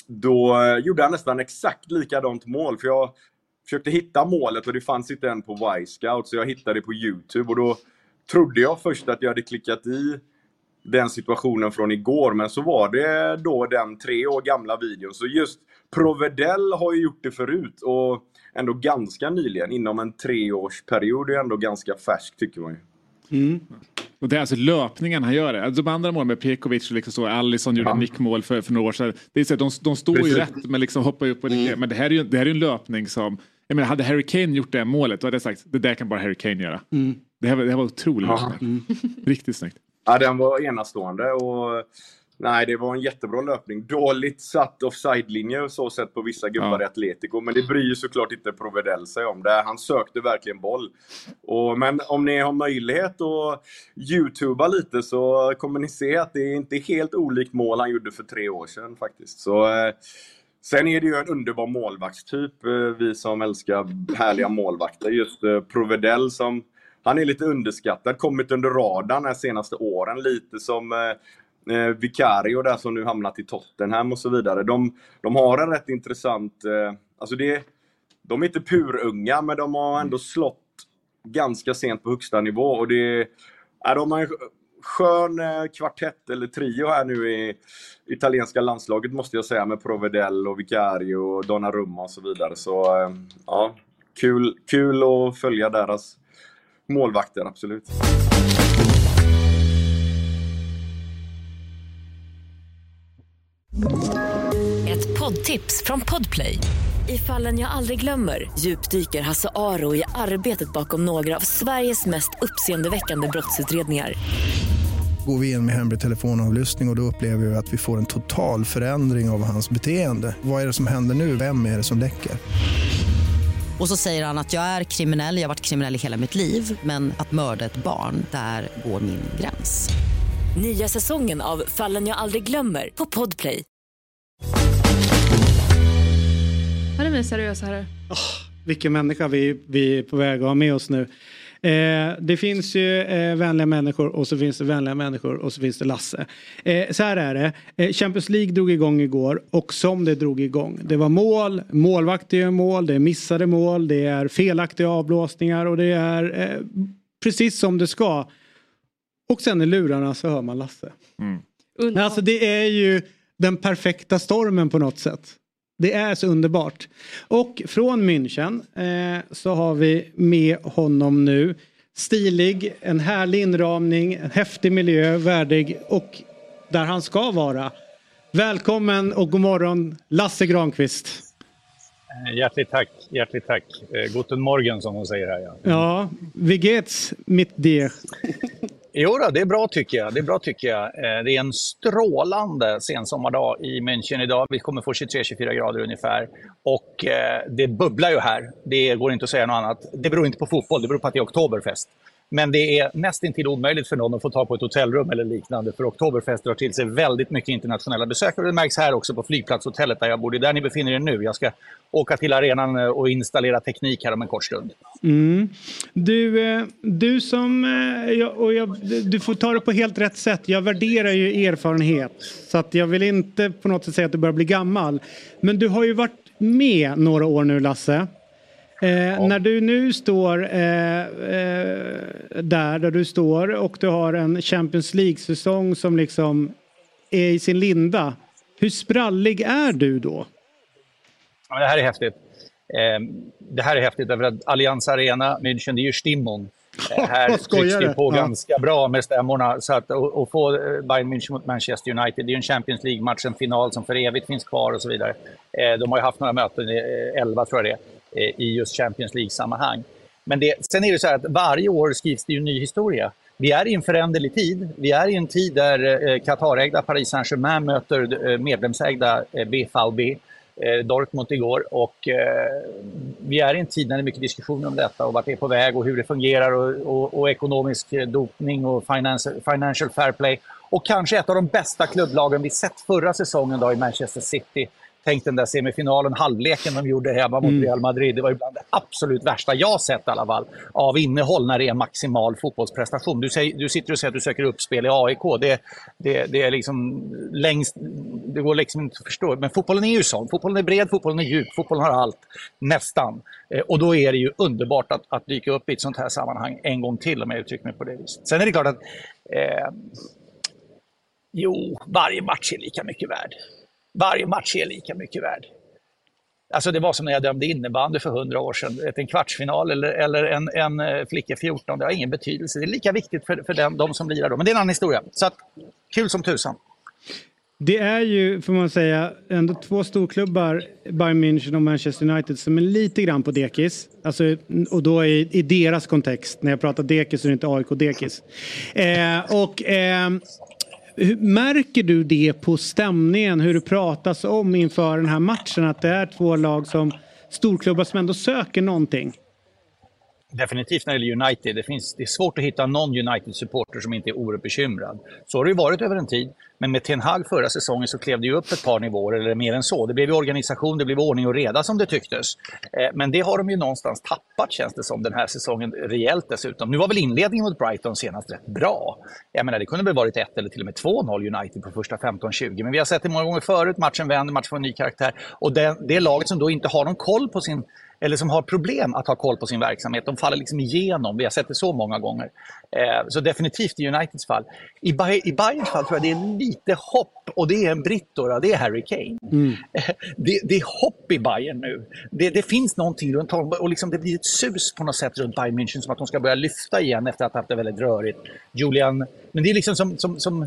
då gjorde han nästan exakt likadant mål, för jag försökte hitta målet och det fanns inte än på Y-Scout, så jag hittade det på YouTube och då trodde jag först att jag hade klickat i den situationen från igår. Men så var det då den tre år gamla videon. Så just Provedel har ju gjort det förut. Och ändå ganska nyligen. Inom en treårsperiod är ändå ganska färsk tycker man ju. Mm. Och det är alltså löpningen han gör det. Alltså de andra mål med Pekovic och liksom så. Alisson gjorde ja. nickmål för, för några år sedan. Det är så att de, de står Precis. ju rätt men liksom hoppar upp. Och mm. Men det här är ju det här är en löpning som... Jag menar, hade Harry Kane gjort det målet då hade jag sagt det där kan bara Harry Kane göra. Mm. Det, här, det här var otroligt mm. Riktigt snyggt. Ja, den var enastående och nej, det var en jättebra löpning. Dåligt satt offside-linje och så sett på vissa gubbar ja. i Atletico. Men det bryr ju såklart inte Provedel sig om det. Han sökte verkligen boll. Och, men om ni har möjlighet att YouTuba lite så kommer ni se att det är inte helt olikt mål han gjorde för tre år sedan faktiskt. Så... Eh, Sen är det ju en underbar målvaktstyp, vi som älskar härliga målvakter. Just Provedel som, han är lite underskattad, kommit under radarn de senaste åren. Lite som eh, Vicario där som nu hamnat i Tottenham och så vidare. De, de har en rätt intressant, eh, alltså det, de är inte purunga men de har ändå slått ganska sent på högsta nivå. Och det, ja, de har skön kvartett eller trio här nu i italienska landslaget måste jag säga med Provedel och Vicario och Donnarumma och så vidare. Så ja, kul, kul att följa deras målvakter, absolut. Ett poddtips från Podplay. I Fallen jag aldrig glömmer djupdyker Hasse Aro i arbetet bakom några av Sveriges mest uppseendeväckande brottsutredningar. Går vi in med hemlig telefonavlyssning och, och då upplever vi att vi får en total förändring av hans beteende. Vad är det som händer nu? Vem är det som läcker? Och så säger han att jag är kriminell, jag har varit kriminell i hela mitt liv. Men att mörda ett barn, där går min gräns. Nya säsongen av Fallen jag aldrig glömmer på Podplay. Vad är vi seriösa här? Oh, vilken människa vi, vi är på väg att ha med oss nu. Eh, det finns ju eh, vänliga människor och så finns det vänliga människor och så finns det Lasse. Eh, så här är det. Eh, Champions League drog igång igår och som det drog igång. Det var mål, målvaktiga mål, det är missade mål, det är felaktiga avblåsningar och det är eh, precis som det ska. Och sen i lurarna så hör man Lasse. Mm. Alltså det är ju den perfekta stormen på något sätt. Det är så underbart. Och från München eh, så har vi med honom nu stilig, en härlig inramning, en häftig miljö, värdig och där han ska vara. Välkommen och god morgon Lasse Granqvist. Hjärtligt tack, hjärtligt tack. Eh, guten Morgen som hon säger här. Ja, ja wie geht's mit dir? Jo då, det är bra tycker jag. Det är bra tycker jag. Eh, det är en strålande sensommardag i München idag. Vi kommer få tjugotre till tjugofyra grader ungefär. Och eh, det bubblar ju här. Det går inte att säga något annat. Det beror inte på fotboll, det beror på att det är oktoberfest. Men det är nästan inte omöjligt för någon att få ta på ett hotellrum eller liknande. För Oktoberfest drar till sig väldigt mycket internationella besökare. Det märks här också på flygplatshotellet där jag bor. Det är där ni befinner er nu. Jag ska åka till arenan och installera teknik här om en kort stund. Mm. Du, du som... Och jag, du får ta det på helt rätt sätt. Jag värderar ju erfarenhet. Så att jag vill inte på något sätt säga att du börjar bli gammal. Men du har ju varit med några år nu, Lasse. Eh, ja. När du nu står eh, eh, där, där du står och du har en Champions League-säsong som liksom är i sin linda. Hur sprallig är du då? Ja, det här är häftigt. Eh, det här är häftigt därför att Allianz Arena, München, det är ju Stimmung. Eh, här trycks det på ja. ganska bra med stämmorna. Så att, och, och få Bayern München mot Manchester United, det är ju en Champions League-match, en final som för evigt finns kvar och så vidare. Eh, de har ju haft några möten, eh, elva tror jag det är. I just Champions League-sammanhang. Men det, sen är det så här att varje år skrivs det ju en ny historia. Vi är i en föränderlig tid. Vi är i en tid där eh, Qatarägda Paris Saint-Germain möter eh, medlemsägda eh, B V B, eh, Dortmund igår. Och eh, vi är i en tid när det är mycket diskussion om detta och vart det är på väg och hur det fungerar och, och, och ekonomisk dopning och finance, financial fair play. Och kanske ett av de bästa klubblagen vi sett förra säsongen då i Manchester City. Tänk den där semifinalen, halvleken de gjorde hemma mot Real Madrid. Det var ju bland det absolut värsta jag sett i alla fall. Av innehåll när det är maximal fotbollsprestation. Du, säger, du sitter och säger att du söker uppspel i A I K. Det, det, det är liksom längst... Det går liksom inte att förstå. Men fotbollen är ju sån. Fotbollen är bred, fotbollen är djup. Fotbollen har allt. Nästan. Eh, och då är det ju underbart att, att dyka upp i ett sånt här sammanhang en gång till om jag uttrycker mig på det viset. Sen är det klart att... Eh, jo, varje match är lika mycket värd. Varje match är lika mycket värd. Alltså det var som när jag dömde innebandy för hundra år sedan. En kvartsfinal eller, eller en, en flicka fjorton, det har ingen betydelse. Det är lika viktigt för, för den, de som lirar då. Men det är en annan historia. Så att, kul som tusan. Det är ju, får man säga, ändå två storklubbar, Bayern München och Manchester United, som är lite grann på dekis. Alltså, och då i, i deras kontext. När jag pratar dekis så är det inte A I K-dekis. Eh, och... Eh, Hur, märker du det på stämningen, hur det pratas om inför den här matchen, att det är två lag som storklubbar som ändå söker någonting? Definitivt när det gäller United. Det, finns, det är svårt att hitta någon United-supporter som inte är oerhört bekymrad. Så har det ju varit över en tid. Men med Ten Hag förra säsongen så klev det ju upp ett par nivåer eller mer än så. Det blev ju organisation, det blev ordning och reda som det tycktes. Eh, men det har de ju någonstans tappat, känns det som, den här säsongen rejält dessutom. Nu var väl inledningen mot Brighton senast rätt bra. Jag menar, det kunde väl varit ett eller till och med två noll United på första femton tjugo. Men vi har sett det många gånger förut. Matchen vänder, matchen får en ny karaktär. Och det, det är laget som då inte har någon koll på sin... eller som har problem att ha koll på sin verksamhet. De faller liksom igenom. Vi har sett det så många gånger. Eh, så definitivt i Uniteds fall. I, I Bayerns fall tror jag det är lite hopp. Och det är en britt då, det är Harry Kane. Mm. Det, det är hopp i Bayern nu. Det, det finns någonting runt om. Och liksom det blir ett sus på något sätt runt Bayern München. Som att de ska börja lyfta igen efter att ha haft det väldigt rörigt. Julian, men det är liksom som... som, som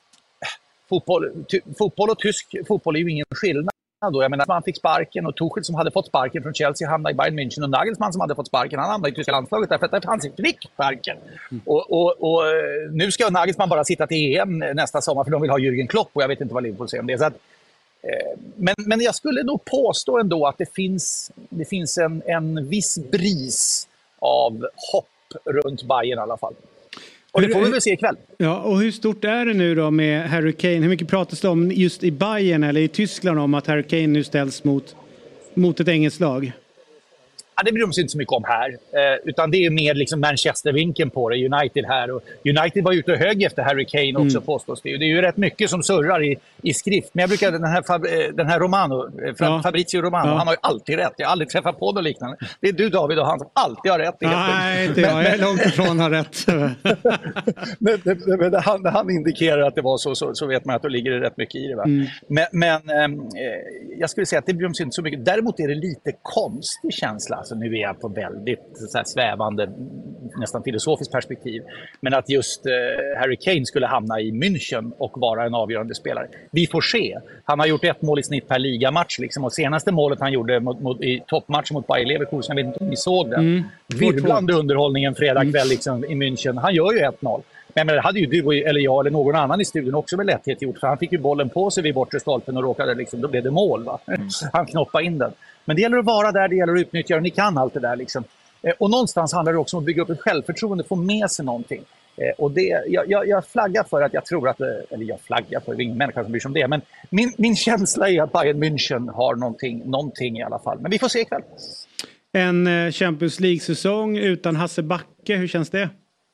fotboll, ty, fotboll och tysk fotboll är ju ingen skillnad. Då. Jag menar, man fick sparken och Tuchel som hade fått sparken från Chelsea hamnade i Bayern München och Nagelsmann som hade fått sparken, han hamnade i tyska landslaget därför att han fick sparken. Mm. Och, och, och nu ska Nagelsmann bara sitta till E M nästa sommar för de vill ha Jürgen Klopp och jag vet inte vad Liverpool säger om det. Så att, eh, men, men jag skulle nog påstå ändå att det finns, det finns en, en viss bris av hopp runt Bayern i alla fall. Och det får vi väl se ikväll. Ja, och hur stort är det nu då med Harry Kane? Hur mycket pratas det om just i Bayern eller i Tyskland om att Harry Kane nu ställs mot, mot ett engelskt lag? Ja, det bryr de sig inte så mycket om här. Eh, utan det är mer liksom Manchester-vinkeln på det. United här. Och United var ute och hög efter Harry Kane också, mm. påstås det. Det är ju rätt mycket som surrar i, i skrift. Men jag brukar, den här, Fab, den här Romano, ja. Fabrizio Romano, ja. Han har ju alltid rätt. Jag har aldrig träffat på något liknande. Det är du, David, och han som alltid har rätt. Nej, inte jag. Jag är långt ifrån har rätt. men, men, men han, han indikerar att det var så, så, så vet man att det ligger rätt mycket i det. Va? Mm. Men, men eh, jag skulle säga att det bryr sig inte så mycket. Däremot är det lite konstig känsla alltså nu är jag på väldigt så här, svävande, nästan filosofiskt perspektiv. Men att just eh, Harry Kane skulle hamna i München och vara en avgörande spelare. Vi får se. Han har gjort ett mål i snitt per ligamatch. Liksom, och senaste målet han gjorde mot, mot, i toppmatchen mot Bayer Leverkusen, jag vet inte om ni såg den. Mm. Virvlande underhållningen fredag kväll mm. liksom, i München. Han gör ju ett noll. Men, men det hade ju du eller jag eller någon annan i studion också med lätthet gjort. För han fick ju bollen på sig vid bortre stolpen och råkade liksom, då blev det mål. Va? Mm. Han knoppade in den. Men det gäller att vara där, det gäller att utnyttja och ni kan allt det där. Liksom. Eh, och någonstans handlar det också om att bygga upp ett självförtroende, få med sig någonting. Eh, och det, jag, jag, jag flaggar för att jag tror att, eller jag flaggar för, det är ingen människa som bryr sig om det. Men min, min känsla är att Bayern München har någonting, någonting i alla fall. Men vi får se ikväll. En eh, Champions League-säsong utan Hasse Backe, hur känns det?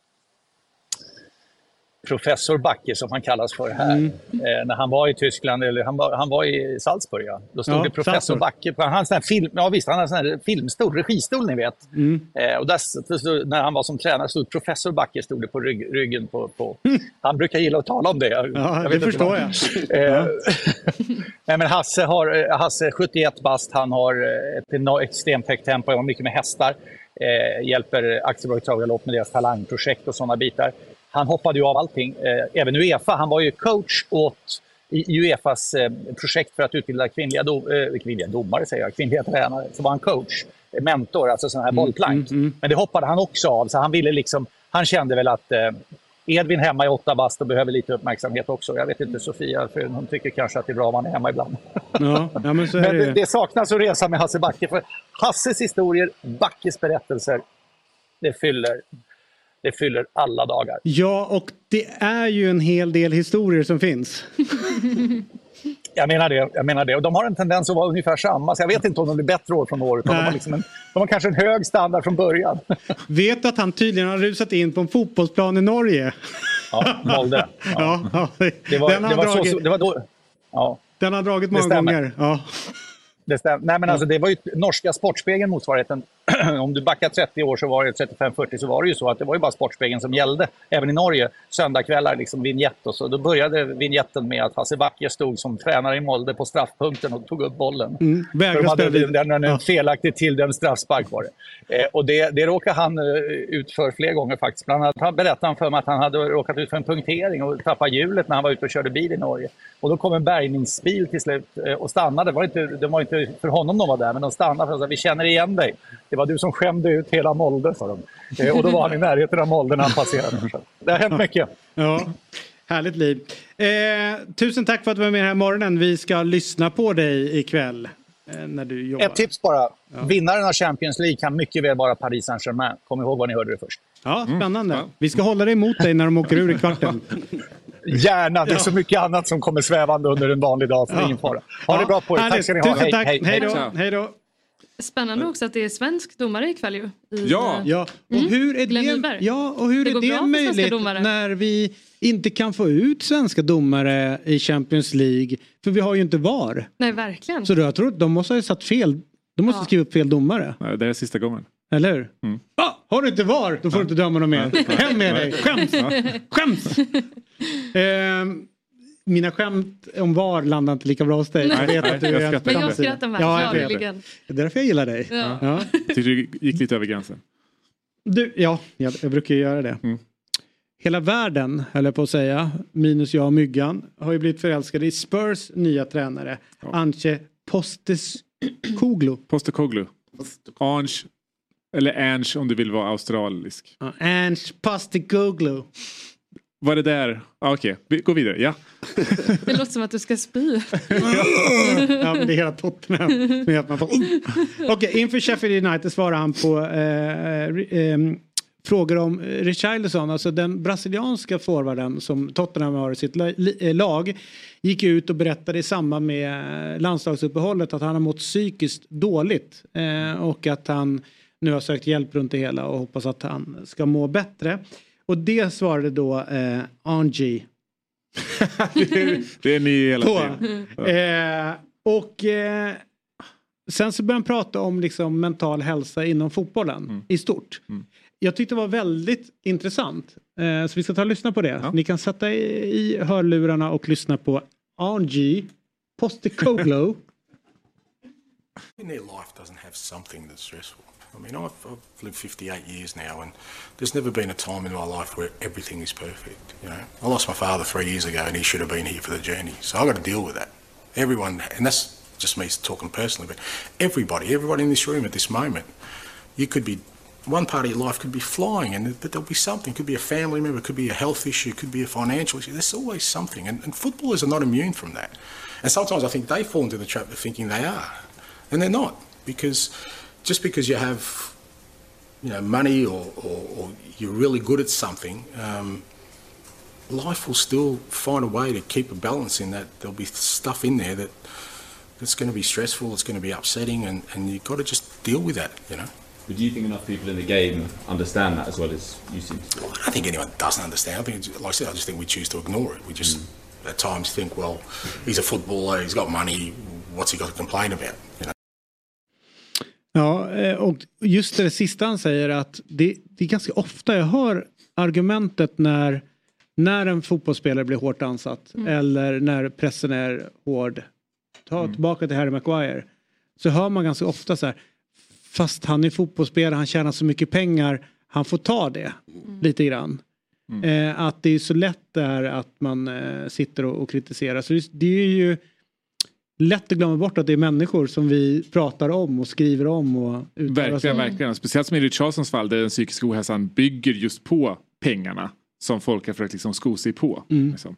Professor Backe som han kallas för här. Mm. Eh, när han var i Tyskland, eller han var, han var i Salzburg, ja. Då stod ja, det Professor Salzburg. Backe på, han hade sån här film, ja visst, han hade sån här filmstol, registol ni vet. Mm. Eh, och där, så, när han var som tränare stod Professor Backe stod det på rygg, ryggen på, på. Mm. Han brukar gilla att tala om det. Jag, ja, jag det förstår jag. Eh, ja. Nej, men Hasse har, Hasse sjuttioett bast, han har ett extremt högt tempo, han har mycket med hästar. Eh, hjälper Aktiebolaget Travgalopp med deras talangprojekt och sådana bitar. Han hoppade ju av allting, eh, även UEFA. Han var ju coach åt i UEFAs eh, projekt för att utbilda kvinnliga, do, eh, kvinnliga domare, säger jag, kvinnliga tränare. Så var han coach, mentor, alltså sån här mm, bollplank. Mm, mm. Men det hoppade han också av, så han ville liksom, han kände väl att eh, Edvin hemma i åtta bast och behöver lite uppmärksamhet också. Jag vet inte, Sofia, för hon tycker kanske att det är bra om han är hemma ibland. Ja, ja, men så är men det. Det, det saknas att resa med Hasse Backe, för Hasses historier, Backes berättelser, det fyller... Det fyller alla dagar. Ja, och det är ju en hel del historier som finns. Jag menar det. Jag menar det. Och de har en tendens att vara ungefär samma. Så jag vet inte om de blir bättre år från år. Utan de, har liksom en, de har kanske en hög standard från början. Vet att han tydligen har rusat in på en fotbollsplan i Norge? Ja, Molde. Ja. Ja, det var, det var, dragit, så, det var då... Ja. Den har dragit många gånger. Ja. Det stämmer. Nej, men alltså, det var ju norska Sportspegeln motsvarigheten. Om du backar trettio år så var det trettiofem fyrtio så var det ju så att det var ju bara Sportspegeln som gällde. Även i Norge, söndagkvällar liksom vignett och så. Då började vignetten med att Hasse Backe stod som tränare i Molde på straffpunkten och tog upp bollen. Mm, För de hade den, den, en felaktigt till den straffspark var det. Eh, och det, det råkade han uh, ut för flera gånger faktiskt. Bland annat han berättade han för mig att han hade råkat ut för en punktering och tappade hjulet när han var ute och körde bil i Norge. Och då kom en bärgningsbil till slut uh, och stannade. Det var, inte, det var inte för honom de var där, men de stannade för att vi känner igen dig. Det var du som skämde ut hela Molde, sa de. Eh, och då var han i närheten av Molde när han passerade. Det har hänt mycket. Ja, härligt liv. Eh, tusen tack för att du var med den här morgonen. Vi ska lyssna på dig ikväll eh, när du jobbar. Ett tips bara. Ja. Vinnaren av Champions League kan mycket väl vara Paris Saint-Germain. Kom ihåg vad ni hörde det först. Ja, spännande. Mm. Vi ska hålla dig emot dig när de åker ur i kvarten. Gärna, det är så mycket annat som kommer svävande under en vanlig dag. Så ja. Ingen fara. Ha ja. det bra på er. Tack ska ni ha. Tusen tack. Hej, hej. Hej då. Hej då. Spännande också att det är svensk domare ikväll ju. I, ja, ja. Och mm. hur är det, ja, och hur det är det möjligt när vi inte kan få ut svenska domare i Champions League? För vi har ju inte V A R. Nej, verkligen. Så jag tror att de måste ha satt fel. De måste ja. skriva upp fel domare. Nej, det är sista gången. Eller hur? Mm. Ah, har du inte V A R, då får ja. du inte döma någon mer. Hem med dig. Skäms. Ja. Skäms. ehm, Mina skämt om V A R landar inte lika bra hos dig. Nej, jag vet att du jag skrattar, men jag skrattar med. Ja, jag vet. Det är därför jag gillar dig. Ja. Ja. Tyckte du gick lite över gränsen? Du, ja, jag, jag brukar göra det. Mm. Hela världen, höll jag på att säga, minus jag och Myggan, har ju blivit förälskade i Spurs nya tränare. Ja. Ange Postecoglou. Postecoglou. Ange, eller Ange om du vill vara australisk. Ja, Ange Postecoglou. Var det där? Ah, Okej, okay. Vi går vidare. Ja. Det låter som att du ska spy. Ja, men det är hela Tottenham. Okej, okay, inför Sheffield United svarar han på eh, eh, frågor om Richarlison. Alltså den brasilianska forwarden som Tottenham har i sitt lag. Gick ut och berättade i samband med landslagsuppehållet att han har mått psykiskt dåligt. Eh, och att han nu har sökt hjälp runt det hela och hoppas att han ska må bättre. Och det svarade då eh, Angie. Det är ni hela tiden. Eh, och eh, sen så började han prata om liksom mental hälsa inom fotbollen mm. i stort. Mm. Jag tyckte det var väldigt intressant. Eh, så vi ska ta och lyssna på det. Ja. Ni kan sätta i, i hörlurarna och lyssna på Angie Postecoglou. In their life doesn't have something that's stressful. I mean, I've, I've lived fifty-eight years now, and there's never been a time in my life where everything is perfect. You know, I lost my father three years ago, and he should have been here for the journey. So I've got to deal with that. Everyone, and that's just me talking personally, but everybody, everybody in this room at this moment, you could be, one part of your life could be flying, and but there'll be something. It could be a family member, it could be a health issue, it could be a financial issue. There's always something, and, and footballers are not immune from that. And sometimes I think they fall into the trap of thinking they are, and they're not, because just because you have, you know, money or, or, or you're really good at something, um, life will still find a way to keep a balance in that. There'll be stuff in there that that's going to be stressful, it's going to be upsetting, and, and you've got to just deal with that, you know. But do you think enough people in the game understand that as well as you seem to do? I don't think anyone doesn't understand. I think, it's, like I said, I just think we choose to ignore it. We just mm. at times think, well, he's a footballer, he's got money, what's he got to complain about, you know? Ja, och just det sista han säger, att det, det är ganska ofta jag hör argumentet när, när en fotbollsspelare blir hårt ansatt mm. eller när pressen är hård. Ta mm. tillbaka till Harry Maguire. Så hör man ganska ofta så här, fast han är fotbollsspelare, han tjänar så mycket pengar, han får ta det mm. lite grann. Mm. Eh, att det är så lätt där att man eh, sitter och, och kritiserar. Så det, det är ju lätt att glömma bort att det är människor som vi pratar om och skriver om. Och verkligen, verkligen. Speciellt som i Richardsons fall, där den psykiska ohälsan bygger just på pengarna som folk har försökt liksom sko sig på. Mm. Liksom.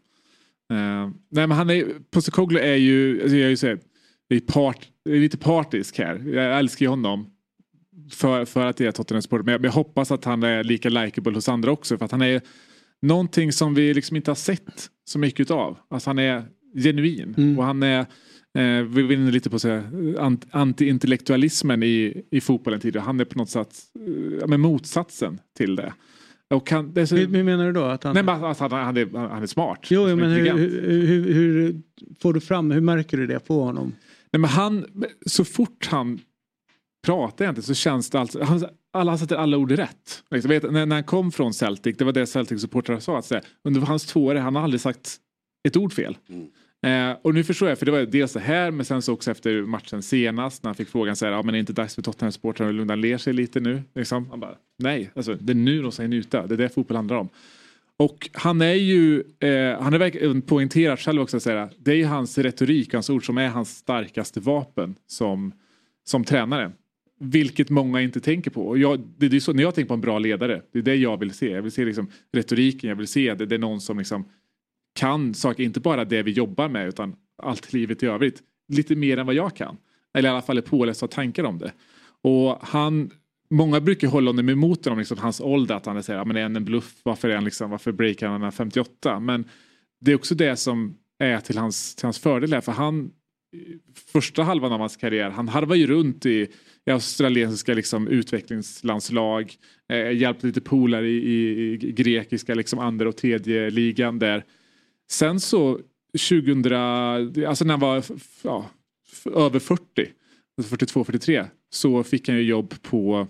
Uh, nej, men han är, Postecoglou är ju, alltså jag ju säger, det är, part, det är lite partisk här. Jag älskar ju honom för, för att det är Tottenham-sport, men jag, men jag hoppas att han är lika likeable hos andra också, för att han är någonting som vi liksom inte har sett så mycket av. Alltså han är genuin mm. och han är eh, vi vinner lite på så här, anti-intellektualismen i, i fotbollen tidigare. Han är på något sätt eh, med motsatsen till det. Och kan, det så, hur menar du då? Att han, nej, men att han, han, är, han är smart. Jo, men hur, hur, hur, hur får du fram, hur märker du det på honom? Nej, men han, så fort han pratar egentligen så känns det alltså, han, alla han sätter alla ord rätt. Jag vet, när, när han kom från Celtic, det var det Celtic-supportrar sa, att säga, under hans två år han har aldrig sagt ett ord fel. Mm. Eh, och nu förstår jag, för det var dels det här, men sen så också efter matchen senast när han fick frågan så här, ja men är det inte dags för Tottenham-supportrarna att lugna ler sig lite nu? Liksom. Han bara, nej, alltså, det är nu de säger njuta, det är det fotboll handlar om. Och han är ju, eh, han har verkligen poängterat själv också att säga, det är ju hans retorik, hans ord som är hans starkaste vapen som, som tränare. Vilket många inte tänker på. Och jag, det, det är så, när jag tänker på en bra ledare, det är det jag vill se. Jag vill se liksom retoriken, jag vill se det, det är någon som liksom kan saker, inte bara det vi jobbar med utan allt livet i övrigt. Lite mer än vad jag kan. Eller i alla fall är påläst och tankar om det. Och han, många brukar hålla honom emot honom, liksom, hans ålder, att han säger, ja men är han en bluff, varför är han liksom, varför breakar han femtioåtta? Men det är också det som är till hans, till hans fördel här, för han, första halvan av hans karriär, han harvar ju runt i, i australiensiska liksom, utvecklingslandslag, eh, hjälpte lite polare i, i, i grekiska liksom, andra och tredje ligan där. Sen så tjugohundra, alltså när han var ja, över fyrtio, alltså fyrtiotvå fyrtiotre, så fick han ju jobb på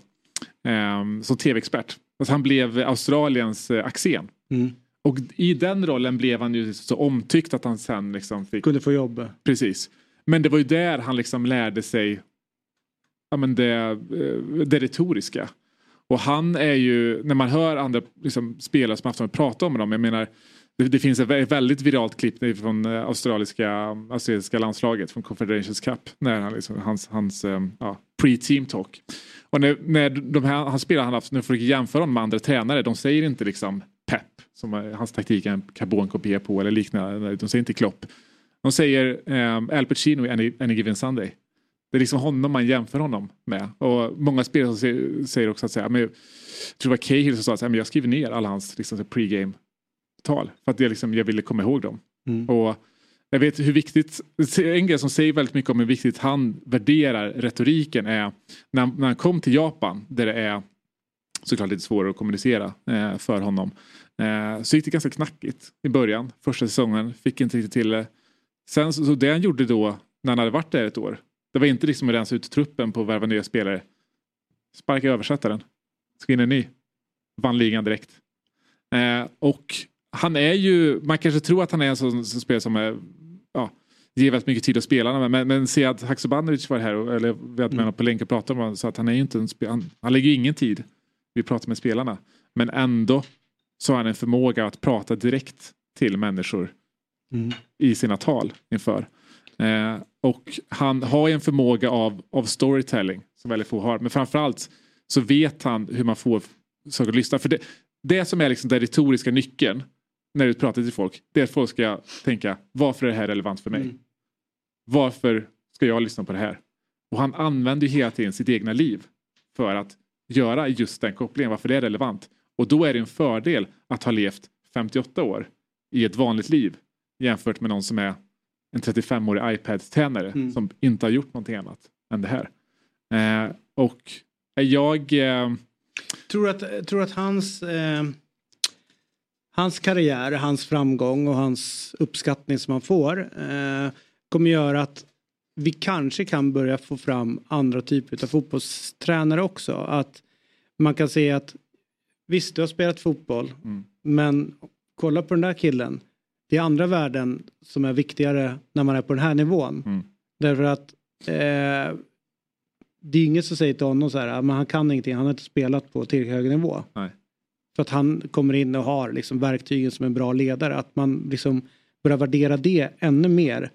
eh, som tv-expert. Alltså han blev Australiens eh, Axén. Mm. Och i den rollen blev han ju så omtyckt att han sen liksom fick... kunde få jobb. Precis. Men det var ju där han liksom lärde sig ja, men det, det retoriska. Och han är ju, när man hör andra liksom, spelare som haft att prata om dem, jag menar, det, det finns ett väldigt viralt klipp från australiska, australiska landslaget från Confederations Cup, när han liksom, hans, hans ja, pre-team talk. Och när, när de här, han spelar, han haft, nu får jag jämföra dem med andra tränare, de säger inte liksom Pep, som hans taktik är en karbonkopia på eller liknande, de säger inte Klopp. De säger um, Al Pacino i any, any Given Sunday. Det är liksom honom man jämför honom med. Och många spelare säger, säger också att säga, men jag tror det var Cahill som sa att men jag skriver ner alla hans liksom, pre-game-tal. För att jag, liksom, jag ville komma ihåg dem. Mm. Och jag vet hur viktigt, en grej som säger väldigt mycket om hur viktigt han värderar retoriken är när, när han kom till Japan, där det är såklart lite svårare att kommunicera eh, för honom. Eh, så gick det ganska knackigt i början. Första säsongen fick inte riktigt till det. Sen så, så det han gjorde då när han hade varit där ett år, det var inte liksom att rensa ut truppen på att värva nya spelare. Sparka översättaren. Ska in en ny. Vann ligan direkt. Eh, och han är ju, man kanske tror att han är en sån, sån spelare som är ja, ger väldigt mycket tid att spelarna. Men, men se att Haksabanovic var här, och, eller vi hade med honom på länk och pratade om honom, så att han är ju inte en spe- han, han lägger ju ingen tid. Vi pratar med spelarna. Men ändå så har han en förmåga att prata direkt till människor mm. i sina tal inför. Eh, och han har en förmåga av, av storytelling som väldigt få har. Men framförallt så vet han hur man får saker att lyssna. För det, det som är liksom den retoriska nyckeln när du pratar till folk, det är att folk ska tänka, varför är det här relevant för mig? Mm. Varför ska jag lyssna på det här? Och han använder ju hela tiden sitt egna liv för att göra just den kopplingen, varför det är relevant. Och då är det en fördel att ha levt femtioåtta år i ett vanligt liv jämfört med någon som är en trettiofemårig iPad-tränare mm. som inte har gjort någonting annat än det här. Eh, och jag... Eh, tror att, tror att hans... Eh... Hans karriär, hans framgång och hans uppskattning som han får eh, kommer göra att vi kanske kan börja få fram andra typer av fotbollstränare också. Att man kan se att visst, du har spelat fotboll mm. men kolla på den där killen. Det är andra värden som är viktigare när man är på den här nivån. Mm. Därför att eh, det är inget som säger till honom så här, men han kan ingenting, han har inte spelat på tillräckligt hög nivå. Nej. För att han kommer in och har liksom verktygen som en bra ledare. Att man liksom börjar värdera det ännu mer.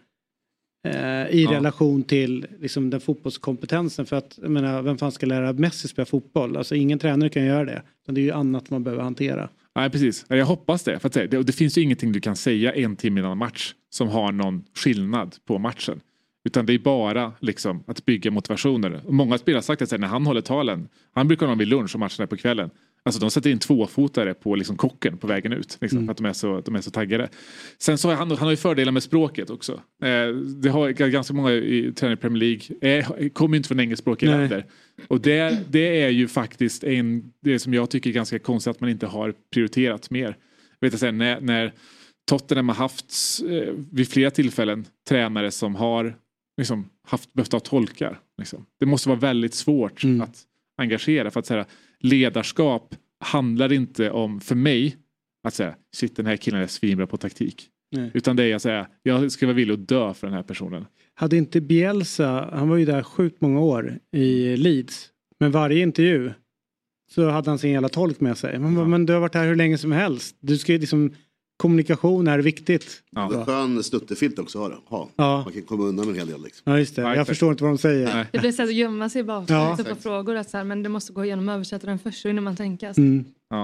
Eh, I ja. relation till liksom, den fotbollskompetensen. För att, jag menar, vem fan ska lära Messi spela fotboll? Alltså ingen tränare kan göra det. Men det är ju annat man behöver hantera. Nej, precis. Jag hoppas det. För att det, det finns ju ingenting du kan säga en timme innan match som har någon skillnad på matchen. Utan det är bara liksom, att bygga motivationer. Och många spelare har sagt att när han håller talen, han brukar ha vid lunch och matchen är på kvällen. Alltså de sätter in tvåfotare på liksom kocken på vägen ut. Liksom, mm. För att de är, så, de är så taggade. Sen så har han, han har ju fördelar med språket också. Eh, det har ganska många i tränare i Premier League. Eh, kommer ju inte från engelskspråkiga länder. Och det, det är ju faktiskt en, det som jag tycker är ganska konstigt att man inte har prioriterat mer. Jag vet att när, när Tottenham har haft eh, vid flera tillfällen tränare som har liksom, haft, behövt ha tolkar. Liksom. Det måste vara väldigt svårt mm. att engagera för att säga ledarskap handlar inte om för mig att säga shit, den här killen är svinbra på taktik. Nej. Utan det är att säga jag ska vara villig att dö för den här personen. Hade inte Bielsa, han var ju där sjukt många år i Leeds, men varje intervju så hade han sin jävla tolk med sig. Men, ja. men du har varit här hur länge som helst. Du ska ju liksom, kommunikation är viktigt. Ja. Det är skön stuttefilt också ha det. Ha. Ja. Man kan komma undan med en hel del. Liksom. Ja, just det. Jag förstår inte vad de säger. Nej. Det blir så att gömma sig bakom ja. typ av frågor. Att så här, men det måste gå igenom översättaren först innan man tänker. Mm. Ja.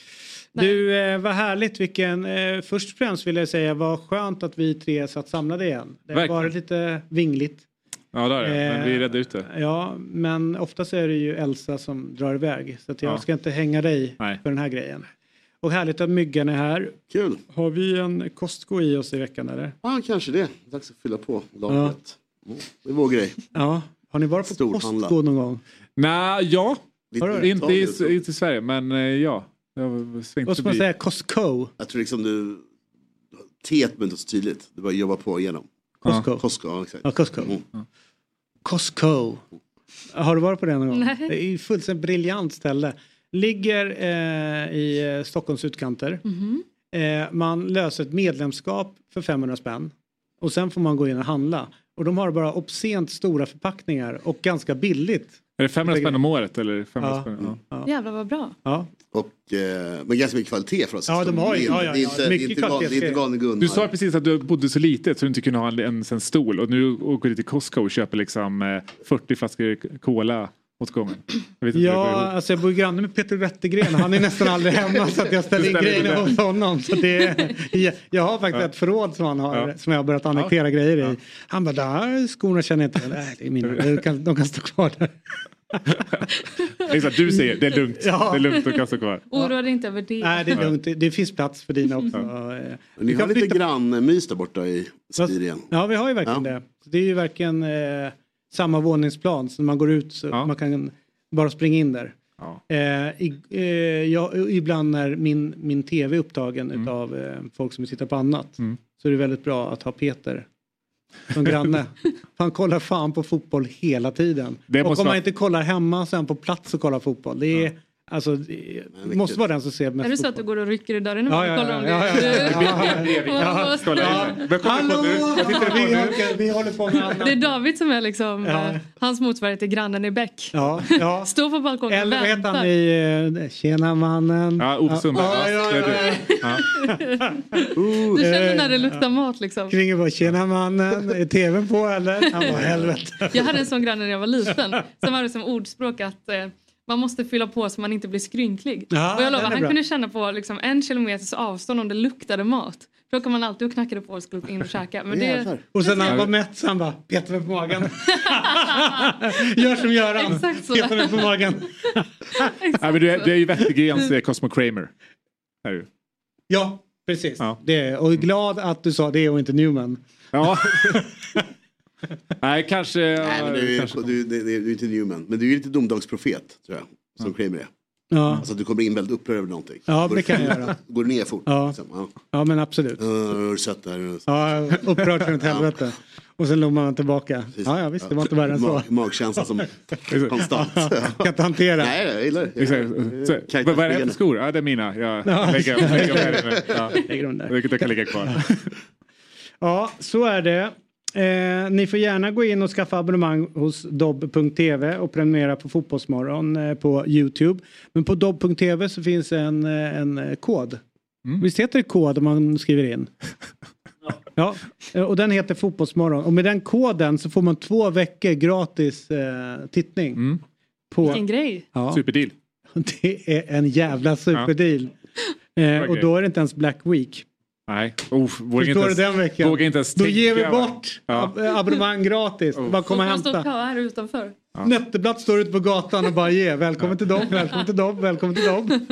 Du, eh, vad härligt. Vilken, eh, först och främst vill jag säga vad skönt att vi tre satt samlade igen. Det har varit lite vingligt. Ja, det är det. Men vi är rädda ute. Ja, men oftast är det ju Elsa som drar iväg. Så att jag ja. ska inte hänga dig Nej. för den här grejen. Och härligt att Myggan är här. Kul. Har vi en Costco i oss i veckan eller? Ja, kanske det. Dags att fylla på lagret. Ja. Det är vår grej. Ja. Har ni varit på Storhandla. Costco någon gång? Nej, ja. Inte, inte, i, inte i Sverige, men ja. Vad ska man säga? Costco? Jag tror liksom du... Teet men inte så tydligt. Du bara jobba på igenom. Costco? Costco, ja exakt. Ja, Costco. Mm. Costco. Har du varit på det någon gång? Nej. Det är ju fullständigt briljant ställe. Ligger eh, i Stockholms utkanter. Mm-hmm. Eh, man löser ett medlemskap för femhundra spänn. Och sen får man gå in och handla. Och de har bara obscent stora förpackningar. Och ganska billigt. Är det femhundra spänn om året? Eller femhundra ja. spänn? Ja. Ja. Jävlar vad bra. Ja. Och, eh, men ganska mycket kvalitet för oss. Ja, de har ju. Ja, ja, ja. Det är inte, mycket det är inte, det är inte galne Gunnar. Du sa precis att du bodde så litet så du inte kunde ha en, en, en stol. Och nu åker du till Costco och köper liksom eh, fyrtio flaskor cola åt gången. Jag vet inte ja, alltså jag bor granne med Peter Wettergren. Han är nästan aldrig hemma så att jag ställer in grejerna hos honom. Så det är, jag, jag har faktiskt ja. ett förråd som han har ja. som jag har börjat annektera ja. grejer i. Ja. Han bara, där skorna känner jag inte. Nej, det är mina. De kan, de kan stå kvar där. Exakt, du säger det är lugnt. Ja. Det är lugnt att kasta kvar. Oroa dig inte över det. Nej, det är lugnt. Det finns plats för dina också. Ja. Ni har lite flytta... grannmys där borta i Syrien. Ja, vi har ju verkligen ja. det. Det är ju verkligen eh, samma våningsplan. Så när man går ut så ja. man kan bara springa in där. Ja. Eh, i, eh, jag, ibland när min, min tv är upptagen mm. av eh, folk som tittar på annat mm. så är det väldigt bra att ha Peter som granne. Han kollar fan på fotboll hela tiden. Det och om man vara... inte kollar hemma så är han på plats och kollar fotboll. Det är, ja. Alltså, det måste vara den som ser mest. Är det så att du går och rycker i dörren? Ja, ja, ja. ja, ja, ja, ja. Vi håller på med annat. Det är David som är liksom, ja. hans motsvarighet är grannen i Bäck. Ja, ja. Står på balkongen och väntar. Eller vet han i uh, Tjena mannen. Ja, Ove Sundberg. Ja, ja, ja, ja. Ja. Du känner när det luktar mat liksom. Kringer bara, tjena mannen, är tvn på eller? Han bara, helvete. Jag hade en sån granne när jag var liten. Som var det som ordspråk att eh, man måste fylla på så man inte blir skrynklig. Ja, och jag lovar, han bra. kunde känna på liksom en kilometers avstånd om det luktade mat. För då kom man alltid och knackade på och skulle in och käka. Men det, och sen när han var mätt så han bara, petar mig på magen. Gör som Göran. Exakt så. Petar mig på magen. Ja, men du, är, du är ju Wettergrens eh, Cosmo Kramer. Är du? Ja, precis. Ja. Det är, och glad att du sa det och inte Newman. Ja. Nej, kanske... Nej, men du, kanske. Du, du, du, du är inte Newman. Men du är lite domedagsprofet, tror jag. Som Kramer är. Ja. Alltså att du kommer in väldigt upprörd över någonting. Ja, går det kan jag göra. Går ner fort. Ja, liksom. ja. ja men absolut. Uh, sett där. Ja, upprörd från ett helvete. Och sen låg man tillbaka. Ja, ja visst, det var inte värre än så. Mag, magkänsla som konstant. Ja, kan inte hantera. Nej, jag gillar det. Vad är det för skor? Ja, det är mina. Jag ja. lägger, lägger med det. Ja. Lägger dem där. Det kan ligga kvar. Ja, så är det. Eh, ni får gärna gå in och skaffa abonnemang hos dobb punkt tv och prenumerera på Fotbollsmorgon eh, på YouTube. Men på dobb punkt tv så finns en, en kod. Mm. Visst heter det kod om man skriver in? Ja, och den heter Fotbollsmorgon. Och med den koden så får man två veckor gratis eh, tittning. Mm. På, vilken grej. Ja. Superdeal. Det är en jävla superdeal. Ja. Eh, och då är det inte ens Black Week. Nej, oh, vågar Förstår inte du den veckan? Vågar inte ens då tänka, ger vi bort ja. ab- abonnemang gratis. Oh. Bara komma och hämta. Man står här utanför. Ja. Nätteblatt står ute på gatan och bara ge. Välkommen till dem, välkommen till dem, välkommen till dem.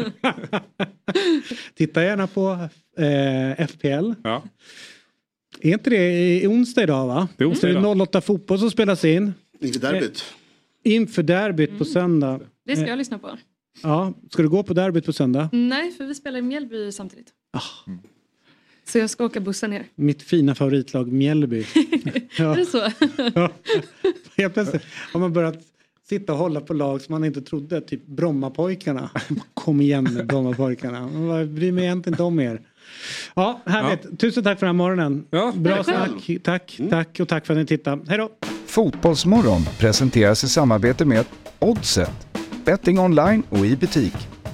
Titta gärna på eh, F P L. Ja. Är inte det i onsdag idag va? Det är onsdag idag. noll åtta fotboll som spelas in. Inför derbyt. Eh, inför derbyt mm. på söndag. Det ska eh, jag lyssna på. Ja, ska du gå på derbyt på söndag? Nej, för vi spelar i Mjällby samtidigt. Ah. Mm. Så jag ska åka bussen ner. Mitt fina favoritlag Mjällby. Ja. Är det så? Ja. Helt plötsligt har man börjat sitta och hålla på lag som man inte trodde. Typ Brommapojkarna. Kom igen med Brommapojkarna. Man bryr mig egentligen inte om er. Ja, härligt. Ja. Tusen tack för den här morgonen. Ja, bra snack. Tack, mm. tack och tack för att ni tittade. Hej då. Fotbollsmorgon presenteras i samarbete med Oddset. Betting online och i butik.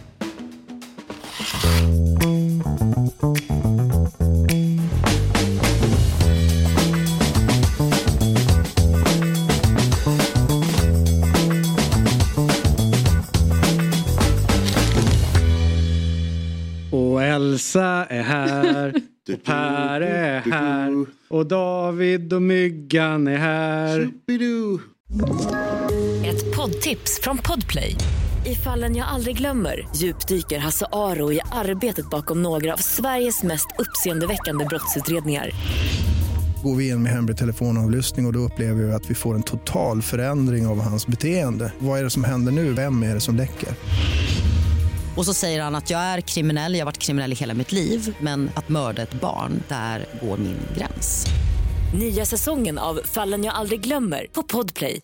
Och Elsa är här. Och Per är här. Och David och Myggan är här. Ett poddtips från Podplay. I Fallen jag aldrig glömmer djupdyker Hasse Aro i arbetet bakom några av Sveriges mest uppseendeväckande brottsutredningar. Går vi in med hemlig telefonavlyssning och, och då upplever vi att vi får en total förändring av hans beteende. Vad är det som händer nu? Vem är det som läcker? Och så säger han att jag är kriminell, jag har varit kriminell i hela mitt liv. Men att mörda ett barn, där går min gräns. Nya säsongen av Fallen jag aldrig glömmer på Podplay.